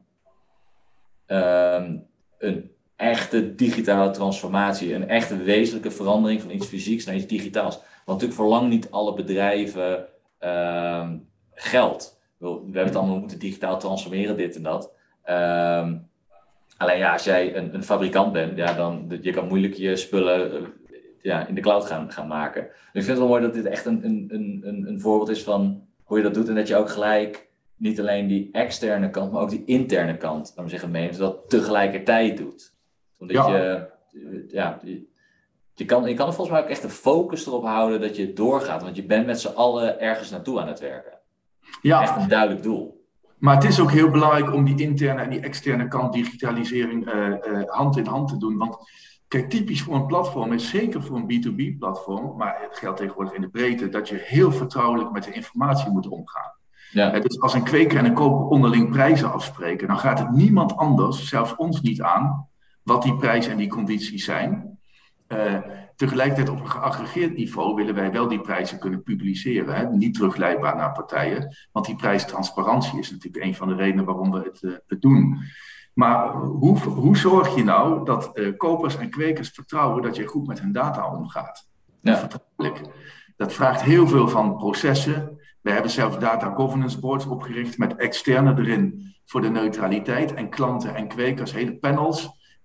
um, een echte digitale transformatie. Een echte wezenlijke verandering van iets fysieks naar iets digitaals. Want natuurlijk voor lang niet alle bedrijven um, geldt. We, we hebben het allemaal moeten digitaal transformeren, dit en dat. Um, alleen ja, als jij een, een fabrikant bent, ja, dan je kan moeilijk je spullen... Uh, Ja, in de cloud gaan, gaan maken. Dus ik vind het wel mooi dat dit echt een, een, een, een voorbeeld is van hoe je dat doet. En dat je ook gelijk niet alleen die externe kant, maar ook die interne kant, laten we zeggen, meeneemt. Dat tegelijkertijd doet. Omdat ja. je, ja, je, je, kan, je kan er volgens mij ook echt de focus erop houden dat je doorgaat. Want je bent met z'n allen ergens naartoe aan het werken. Ja. Echt een duidelijk doel. Maar het is ook heel belangrijk om die interne en die externe kant digitalisering uh, uh, hand in hand te doen. Want kijk, typisch voor een platform is zeker voor een B twee B platform, maar het geldt tegenwoordig in de breedte, dat je heel vertrouwelijk met de informatie moet omgaan. Ja. Uh, dus als een kweker en een koper onderling prijzen afspreken, dan gaat het niemand anders, zelfs ons niet aan, wat die prijs en die condities zijn. Uh, tegelijkertijd op een geaggregeerd niveau willen wij wel die prijzen kunnen publiceren. Hè? Niet terugleidbaar naar partijen, want die prijstransparantie is natuurlijk een van de redenen waarom we het, uh, het doen. Maar hoe, hoe zorg je nou dat uh, kopers en kwekers vertrouwen dat je goed met hun data omgaat? Ja. Vertrouwelijk. Dat vraagt heel veel van processen. We hebben zelfs data governance boards opgericht met externe erin voor de neutraliteit. En klanten en kwekers, hele panels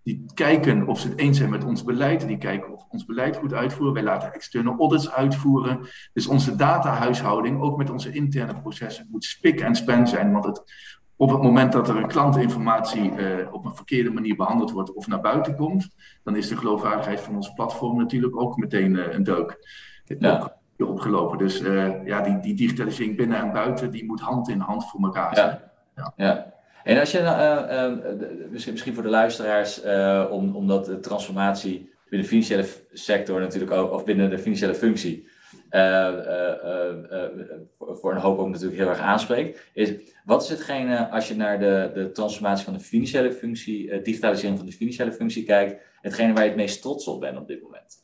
Die kijken of ze het eens zijn met ons beleid. Die kijken of we ons beleid goed uitvoeren. Wij laten externe audits uitvoeren. Dus onze datahuishouding, ook met onze interne processen, moet spik en span zijn. Want het, op het moment dat er een klantinformatie uh, op een verkeerde manier behandeld wordt of naar buiten komt, dan is de geloofwaardigheid van ons platform natuurlijk ook meteen uh, een deuk ja. opgelopen. Dus uh, ja, die, die digitalisering binnen en buiten, die moet hand in hand voor elkaar zijn. Ja. Ja. Ja. En als je, uh, uh, misschien, misschien voor de luisteraars, uh, om, omdat de transformatie binnen de financiële sector natuurlijk ook, of binnen de financiële functie, uh, uh, uh, uh, voor een hoop ook natuurlijk heel erg aanspreekt, is wat is hetgene, als je naar de, de transformatie van de financiële functie, uh, digitalisering van de financiële functie kijkt, hetgene waar je het meest trots op bent op dit moment?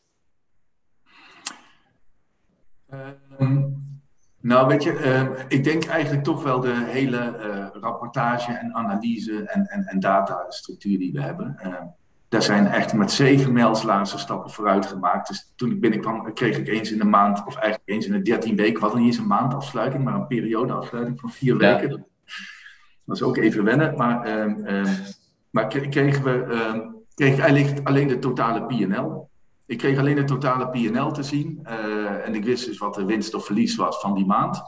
Um... Nou, weet je, uh, ik denk eigenlijk toch wel de hele uh, rapportage en analyse en, en, en datastructuur die we hebben. Uh, daar zijn echt met zeven mijls laatste stappen vooruit gemaakt. Dus toen ik binnenkwam, kreeg ik eens in de maand, of eigenlijk eens in de dertien weken, we hadden niet eens een maandafsluiting, maar een periodeafsluiting van vier ja. weken. Dat was ook even wennen, maar, uh, uh, maar kregen we uh, kreeg eigenlijk alleen de totale P en L. Ik kreeg alleen de totale P en L te zien uh, en ik wist dus wat de winst of verlies was van die maand.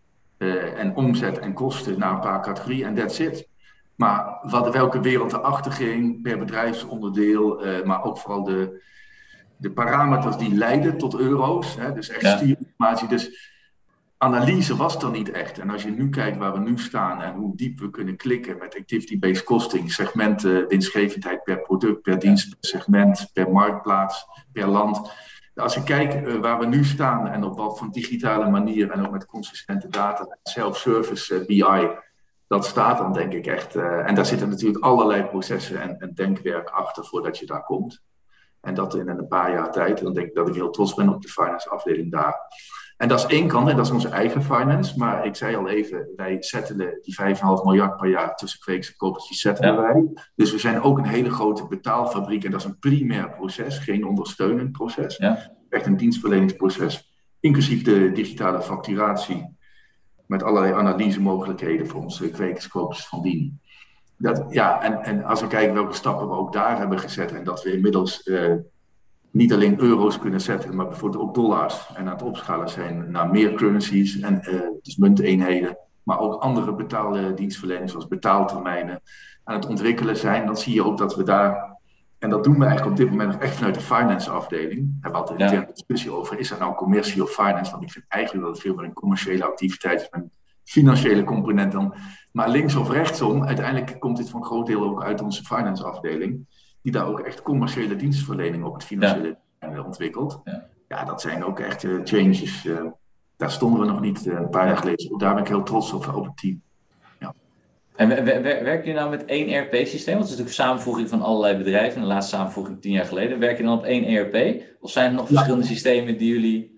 Uh, en omzet en kosten naar een paar categorieën en that's it. Maar wat, welke wereld erachter ging per bedrijfsonderdeel, uh, maar ook vooral de, de parameters die leiden tot euro's. Hè, dus echt ja. stuurinformatie. Dus analyse was er niet echt. En als je nu kijkt waar we nu staan en hoe diep we kunnen klikken met activity-based costing, segmenten, winstgevendheid per product, per dienst, per segment, per marktplaats, per land. Als ik kijk uh, waar we nu staan en op wat voor digitale manier en ook met consistente data, self-service, uh, B I, dat staat dan denk ik echt. Uh, en daar zitten natuurlijk allerlei processen en, en denkwerk achter voordat je daar komt. En dat in een paar jaar tijd. Dan denk ik dat ik heel trots ben op de finance afdeling daar. En dat is één kant, en dat is onze eigen finance. Maar ik zei al even, wij settelen die vijf komma vijf miljard per jaar tussen kweeks en kopertjes settelen wij. Dus we zijn ook een hele grote betaalfabriek. En dat is een primair proces, geen ondersteunend proces. Ja. Echt een dienstverleningsproces. Inclusief de digitale facturatie. Met allerlei analysemogelijkheden voor onze kwekers, kopers van dien. Dat, ja, en, en als we kijken welke stappen we ook daar hebben gezet. En dat we inmiddels uh, niet alleen euro's kunnen zetten, maar bijvoorbeeld ook dollars. En aan het opschalen zijn naar meer currencies, en, uh, dus munteenheden. Maar ook andere betaaldienstverleners zoals betaaltermijnen aan het ontwikkelen zijn. Dan zie je ook dat we daar, en dat doen we eigenlijk op dit moment nog echt vanuit de finance afdeling. Hebben we altijd een interne discussie over, is dat nou commercie of finance? Want ik vind eigenlijk dat het veel meer een commerciële activiteit is met een financiële component dan. Maar links of rechtsom, uiteindelijk komt dit voor een groot deel ook uit onze finance afdeling. Die daar ook echt commerciële dienstverlening op het financiële ja. ontwikkelt. Ja. ja, dat zijn ook echt uh, changes. Uh, daar stonden we nog niet uh, een paar jaar geleden. Ook daar ben ik heel trots op, op het team. Ja. En werk je nou met één E R P-systeem? Want het is natuurlijk een samenvoeging van allerlei bedrijven. De laatste samenvoeging tien jaar geleden. Werk je dan op één E R P? Of zijn er nog ja. verschillende systemen die jullie...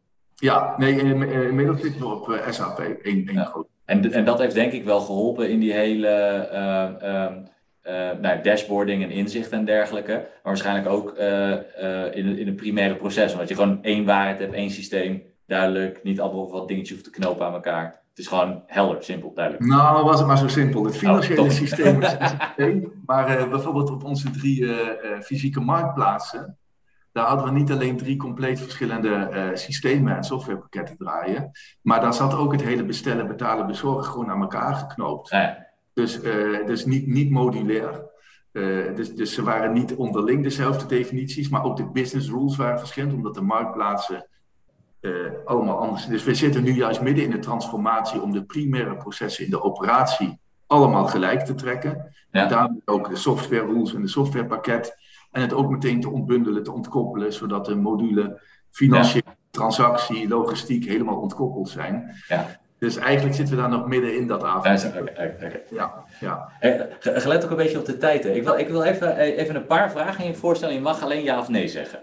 Ja, nee, inmiddels zitten we op uh, S A P. Één, één ja. groot. En, en dat heeft denk ik wel geholpen in die hele... Uh, uh, Uh, nou, dashboarding en inzicht en dergelijke. Maar waarschijnlijk ook uh, uh, in, in het primaire proces. Omdat je gewoon één waarheid hebt, één systeem. Duidelijk, niet allemaal wat dingetjes hoeft te knopen aan elkaar. Het is gewoon helder, simpel, duidelijk. Nou, was het maar zo simpel. Het financiële oh, systeem is één. Maar uh, bijvoorbeeld op onze drie uh, uh, fysieke marktplaatsen. Daar hadden we niet alleen drie compleet verschillende uh, systemen en softwarepakketten draaien. Maar daar zat ook het hele bestellen, betalen, bezorgen gewoon aan elkaar geknoopt. Ja, ja. Dus, uh, dus niet, niet modulair. Uh, dus, dus ze waren niet onderling dezelfde definities, maar ook de business rules waren verschillend, omdat de marktplaatsen uh, allemaal anders zijn. Dus we zitten nu juist midden in de transformatie om de primaire processen in de operatie allemaal gelijk te trekken. Ja. En daarmee ook de software rules en de softwarepakket. En het ook meteen te ontbundelen, te ontkoppelen, zodat de module financiële ja. transactie, logistiek helemaal ontkoppeld zijn. Ja. Dus eigenlijk zitten we daar nog midden in dat avond. Ja, okay, okay. ja, ja. Hey, gelet ook een beetje op de tijd. Hè. Ik wil, ik wil even, even een paar vragen in je voorstellen. Je mag alleen ja of nee zeggen.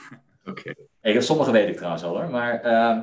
Oké. Okay. Sommige weet ik trouwens al hoor. Maar uh,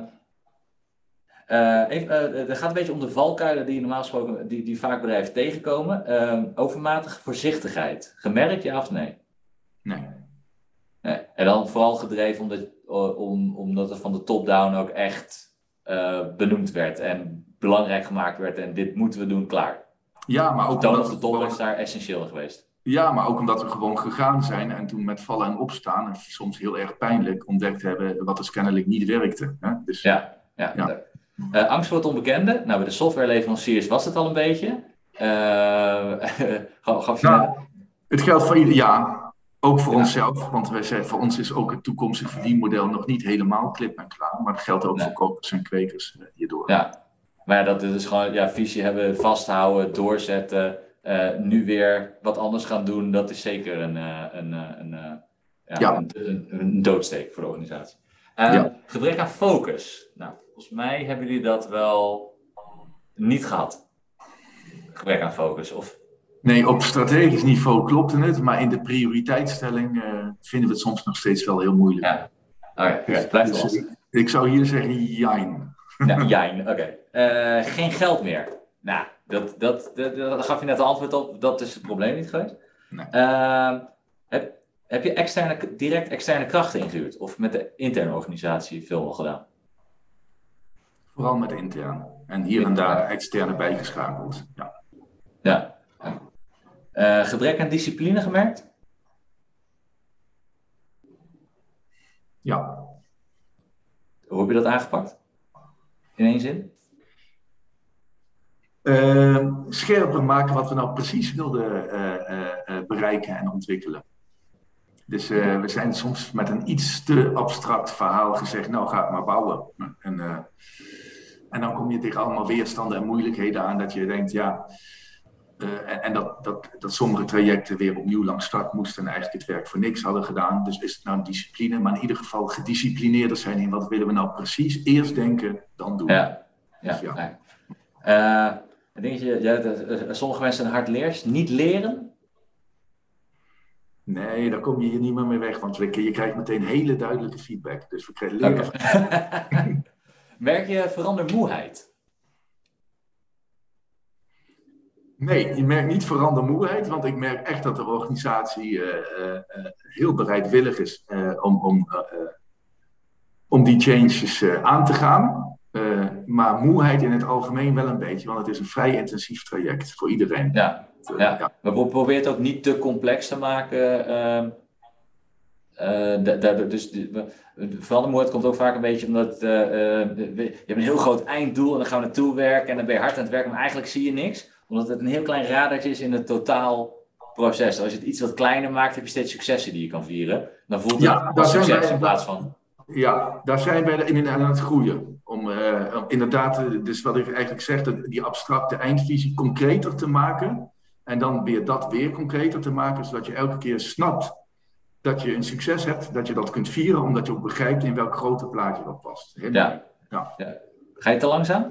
uh, even, uh, het gaat een beetje om de valkuilen die normaal gesproken die, die vaak bedrijven tegenkomen. Uh, overmatige voorzichtigheid. Gemerkt ja of nee? Nee. nee. En dan vooral gedreven omdat, om, omdat het van de top-down ook echt... Uh, benoemd werd en belangrijk gemaakt werd en dit moeten we doen, klaar. Ja, maar ook... Toon of de top is daar essentieel geweest. Ja, maar ook omdat we gewoon gegaan zijn en toen met vallen en opstaan, en soms heel erg pijnlijk, ontdekt hebben wat dus kennelijk niet werkte. Hè? Dus, Ja, ja. ja. Uh, angst voor het onbekende. Nou, bij de softwareleveranciers was het al een beetje. Uh, gaf je nou, net... Het geldt voor ieder jaar. Ook voor Ja. onszelf, want wij zeggen, voor ons is ook het toekomstige verdienmodel nog niet helemaal klip en klaar. Maar dat geldt ook Nee. voor kopers en kwekers uh, hierdoor. Ja, maar ja, dat is gewoon ja, visie hebben, vasthouden, doorzetten. Uh, nu weer wat anders gaan doen, dat is zeker een, uh, een, uh, een, uh, ja, Ja. een, een, een doodsteek voor de organisatie. Uh, Ja. Gebrek aan focus. Nou, volgens mij hebben jullie dat wel niet gehad. Gebrek aan focus, of... Nee, op strategisch niveau klopte het, maar in de prioriteitsstelling uh, vinden we het soms nog steeds wel heel moeilijk. Ja, oké, okay, okay. Blijft dus, lastig. ik, ik zou hier zeggen jijn. Ja, jijn, oké. Okay. Uh, geen geld meer. Nou, dat, dat, dat, dat gaf je net een antwoord op, dat is het probleem niet geweest. Nee. Uh, heb, heb je externe, direct externe krachten ingehuurd? Of met de interne organisatie veel al gedaan? Vooral met intern. En hier en daar externe bijgeschakeld. Ja. Ja. Uh, gebrek aan discipline gemerkt? Ja. Hoe heb je dat aangepakt? In één zin? Uh, scherper maken wat we nou precies wilden uh, uh, uh, bereiken en ontwikkelen. Dus uh, we zijn soms met een iets te abstract verhaal gezegd, nou ga het maar bouwen. En, uh, en dan kom je tegen allemaal weerstanden en moeilijkheden aan dat je denkt, ja... Uh, en en dat, dat, dat sommige trajecten weer opnieuw langs start moesten en eigenlijk het werk voor niks hadden gedaan. Dus is het nou discipline, maar in ieder geval gedisciplineerder zijn in wat willen we nou precies eerst denken, dan doen. Ja, ja. Dus, ja. ja. Uh, ik denk dat je, ja, dat, sommige mensen een hard leers, niet leren. Nee, daar kom je hier niet meer mee weg, want je krijgt meteen hele duidelijke feedback. Dus we krijgen leren. Okay. Merk je verandermoeheid? Nee, je merkt niet verandermoeheid, want ik merk echt dat de organisatie uh, uh, uh, heel bereidwillig is uh, om, om, uh, uh, om die changes uh, aan te gaan. Uh, maar moeheid in het algemeen wel een beetje, want het is een vrij intensief traject voor iedereen. Ja, uh, ja. ja. We proberen het ook niet te complex te maken. Uh, uh, da, da, dus de, de verandermoeheid komt ook vaak een beetje omdat uh, uh, je hebt een heel groot einddoel en dan gaan we naartoe werken en dan ben je hard aan het werken, maar eigenlijk zie je niks. Omdat het een heel klein radertje is in het totaalproces. Als je het iets wat kleiner maakt, heb je steeds successen die je kan vieren. Dan voelt het ja, als succes wij, in plaats van... Ja, daar zijn wij in aan het groeien. Om uh, inderdaad, dus wat ik eigenlijk zeg, die abstracte eindvisie concreter te maken. En dan weer dat weer concreter te maken, zodat je elke keer snapt dat je een succes hebt. Dat je dat kunt vieren, omdat je ook begrijpt in welk grote plaatje dat past. Helemaal. Ja. Ja. Ja. Ga je te langzaam?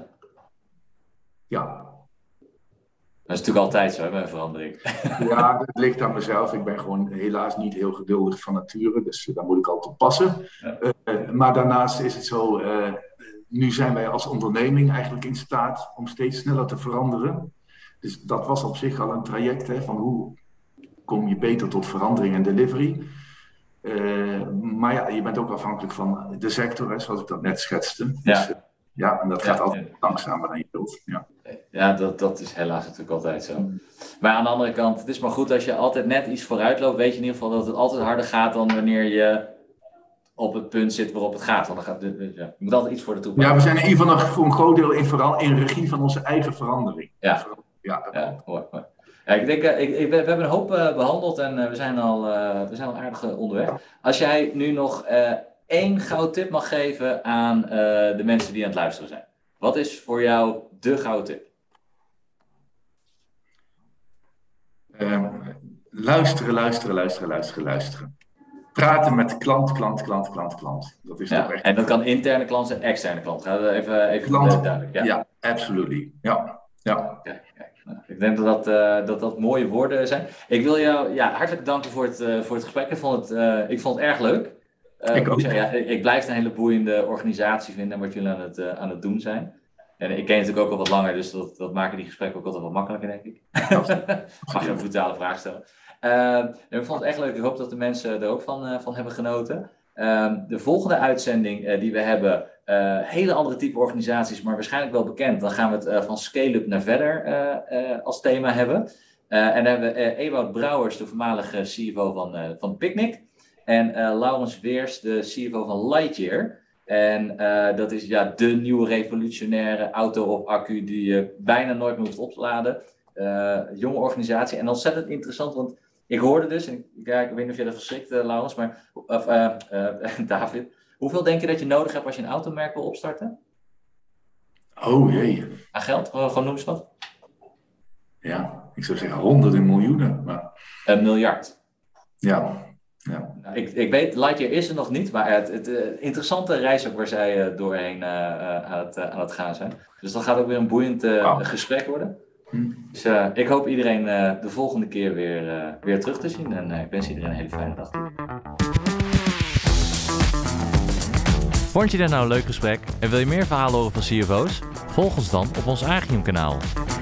Ja. Dat is natuurlijk altijd zo, hè, bij een verandering. Ja, het ligt aan mezelf. Ik ben gewoon helaas niet heel geduldig van nature, dus daar moet ik altijd op passen. Ja. Uh, maar daarnaast is het zo, uh, nu zijn wij als onderneming eigenlijk in staat om steeds sneller te veranderen. Dus dat was op zich al een traject, hè, van hoe kom je beter tot verandering en delivery. Uh, maar ja, je bent ook afhankelijk van de sector, hè, zoals ik dat net schetste. Ja. Dus, uh, ja, en dat gaat ja, altijd ja. langzamer dan je wilt. Ja. Ja, dat, dat is helaas natuurlijk altijd zo. Maar aan de andere kant, het is maar goed als je altijd net iets vooruit loopt, weet je in ieder geval dat het altijd harder gaat dan wanneer je op het punt zit waarop het gaat. Want dan gaat ja, je moet altijd iets voor de toekomst. Ja, we zijn in ieder geval nog voor een groot deel in, vooral in regie van onze eigen verandering. Ja, ja, dat ja mooi, mooi. Ja, ik denk, ik, ik, we hebben een hoop uh, behandeld en uh, we, zijn al, uh, we zijn al aardig uh, onderweg. Als jij nu nog uh, één gouden tip mag geven aan uh, de mensen die aan het luisteren zijn. Wat is voor jou de gouden tip? Uh, luisteren, luisteren, luisteren, luisteren, luisteren. Praten met de klant, klant, klant, klant, klant. Dat is ja, toch echt... En dat kan interne klant zijn, externe klant. Ga even, even klant, duidelijk. Ja, ja absolutely. Ja, ja. Kijk, kijk. Nou, ik denk dat dat, uh, dat dat mooie woorden zijn. Ik wil jou ja, hartelijk danken voor het, uh, voor het gesprek. Ik vond het, uh, ik vond het erg leuk. Uh, ik ook. Ik, zeggen, ja, ik blijf het een hele boeiende organisatie vinden wat jullie aan het, uh, aan het doen zijn. En ik ken je natuurlijk ook al wat langer, dus dat, dat maken die gesprekken ook altijd wat makkelijker, denk ik. Mag je een brutale vraag stellen. Uh, ik vond het echt leuk. Ik hoop dat de mensen er ook van, uh, van hebben genoten. Uh, de volgende uitzending uh, die we hebben, uh, hele andere type organisaties, maar waarschijnlijk wel bekend. Dan gaan we het uh, van scale-up naar verder uh, uh, als thema hebben. Uh, en dan hebben we uh, Ewout Brouwers, de voormalige C F O van, uh, van Picnic. En uh, Laurens Weers, de C F O van Lightyear. En uh, dat is ja, de nieuwe revolutionaire auto op accu die je bijna nooit meer hoeft opladen. Uh, jonge organisatie. En ontzettend interessant, want ik hoorde dus, en ik, ja, ik weet niet of jij dat verschrikt, uh, Laurens, maar, of uh, uh, David, hoeveel denk je dat je nodig hebt als je een automerk wil opstarten? Oh jee. Aan geld? Gewoon noem eens wat. Ja, ik zou zeggen honderden miljoenen. Maar... Een miljard. Ja. Ja. Nou, ik, ik weet, Lightyear is er nog niet, maar het, het uh, interessante reis ook waar zij uh, doorheen uh, uh, aan, het, uh, aan het gaan zijn. Dus dat gaat ook weer een boeiend uh, wow. gesprek worden. Hm. Dus uh, ik hoop iedereen uh, de volgende keer weer, uh, weer terug te zien en uh, ik wens iedereen een hele fijne dag toe. Vond je dit nou een leuk gesprek en wil je meer verhalen horen van C F O's? Volg ons dan op ons Agium kanaal.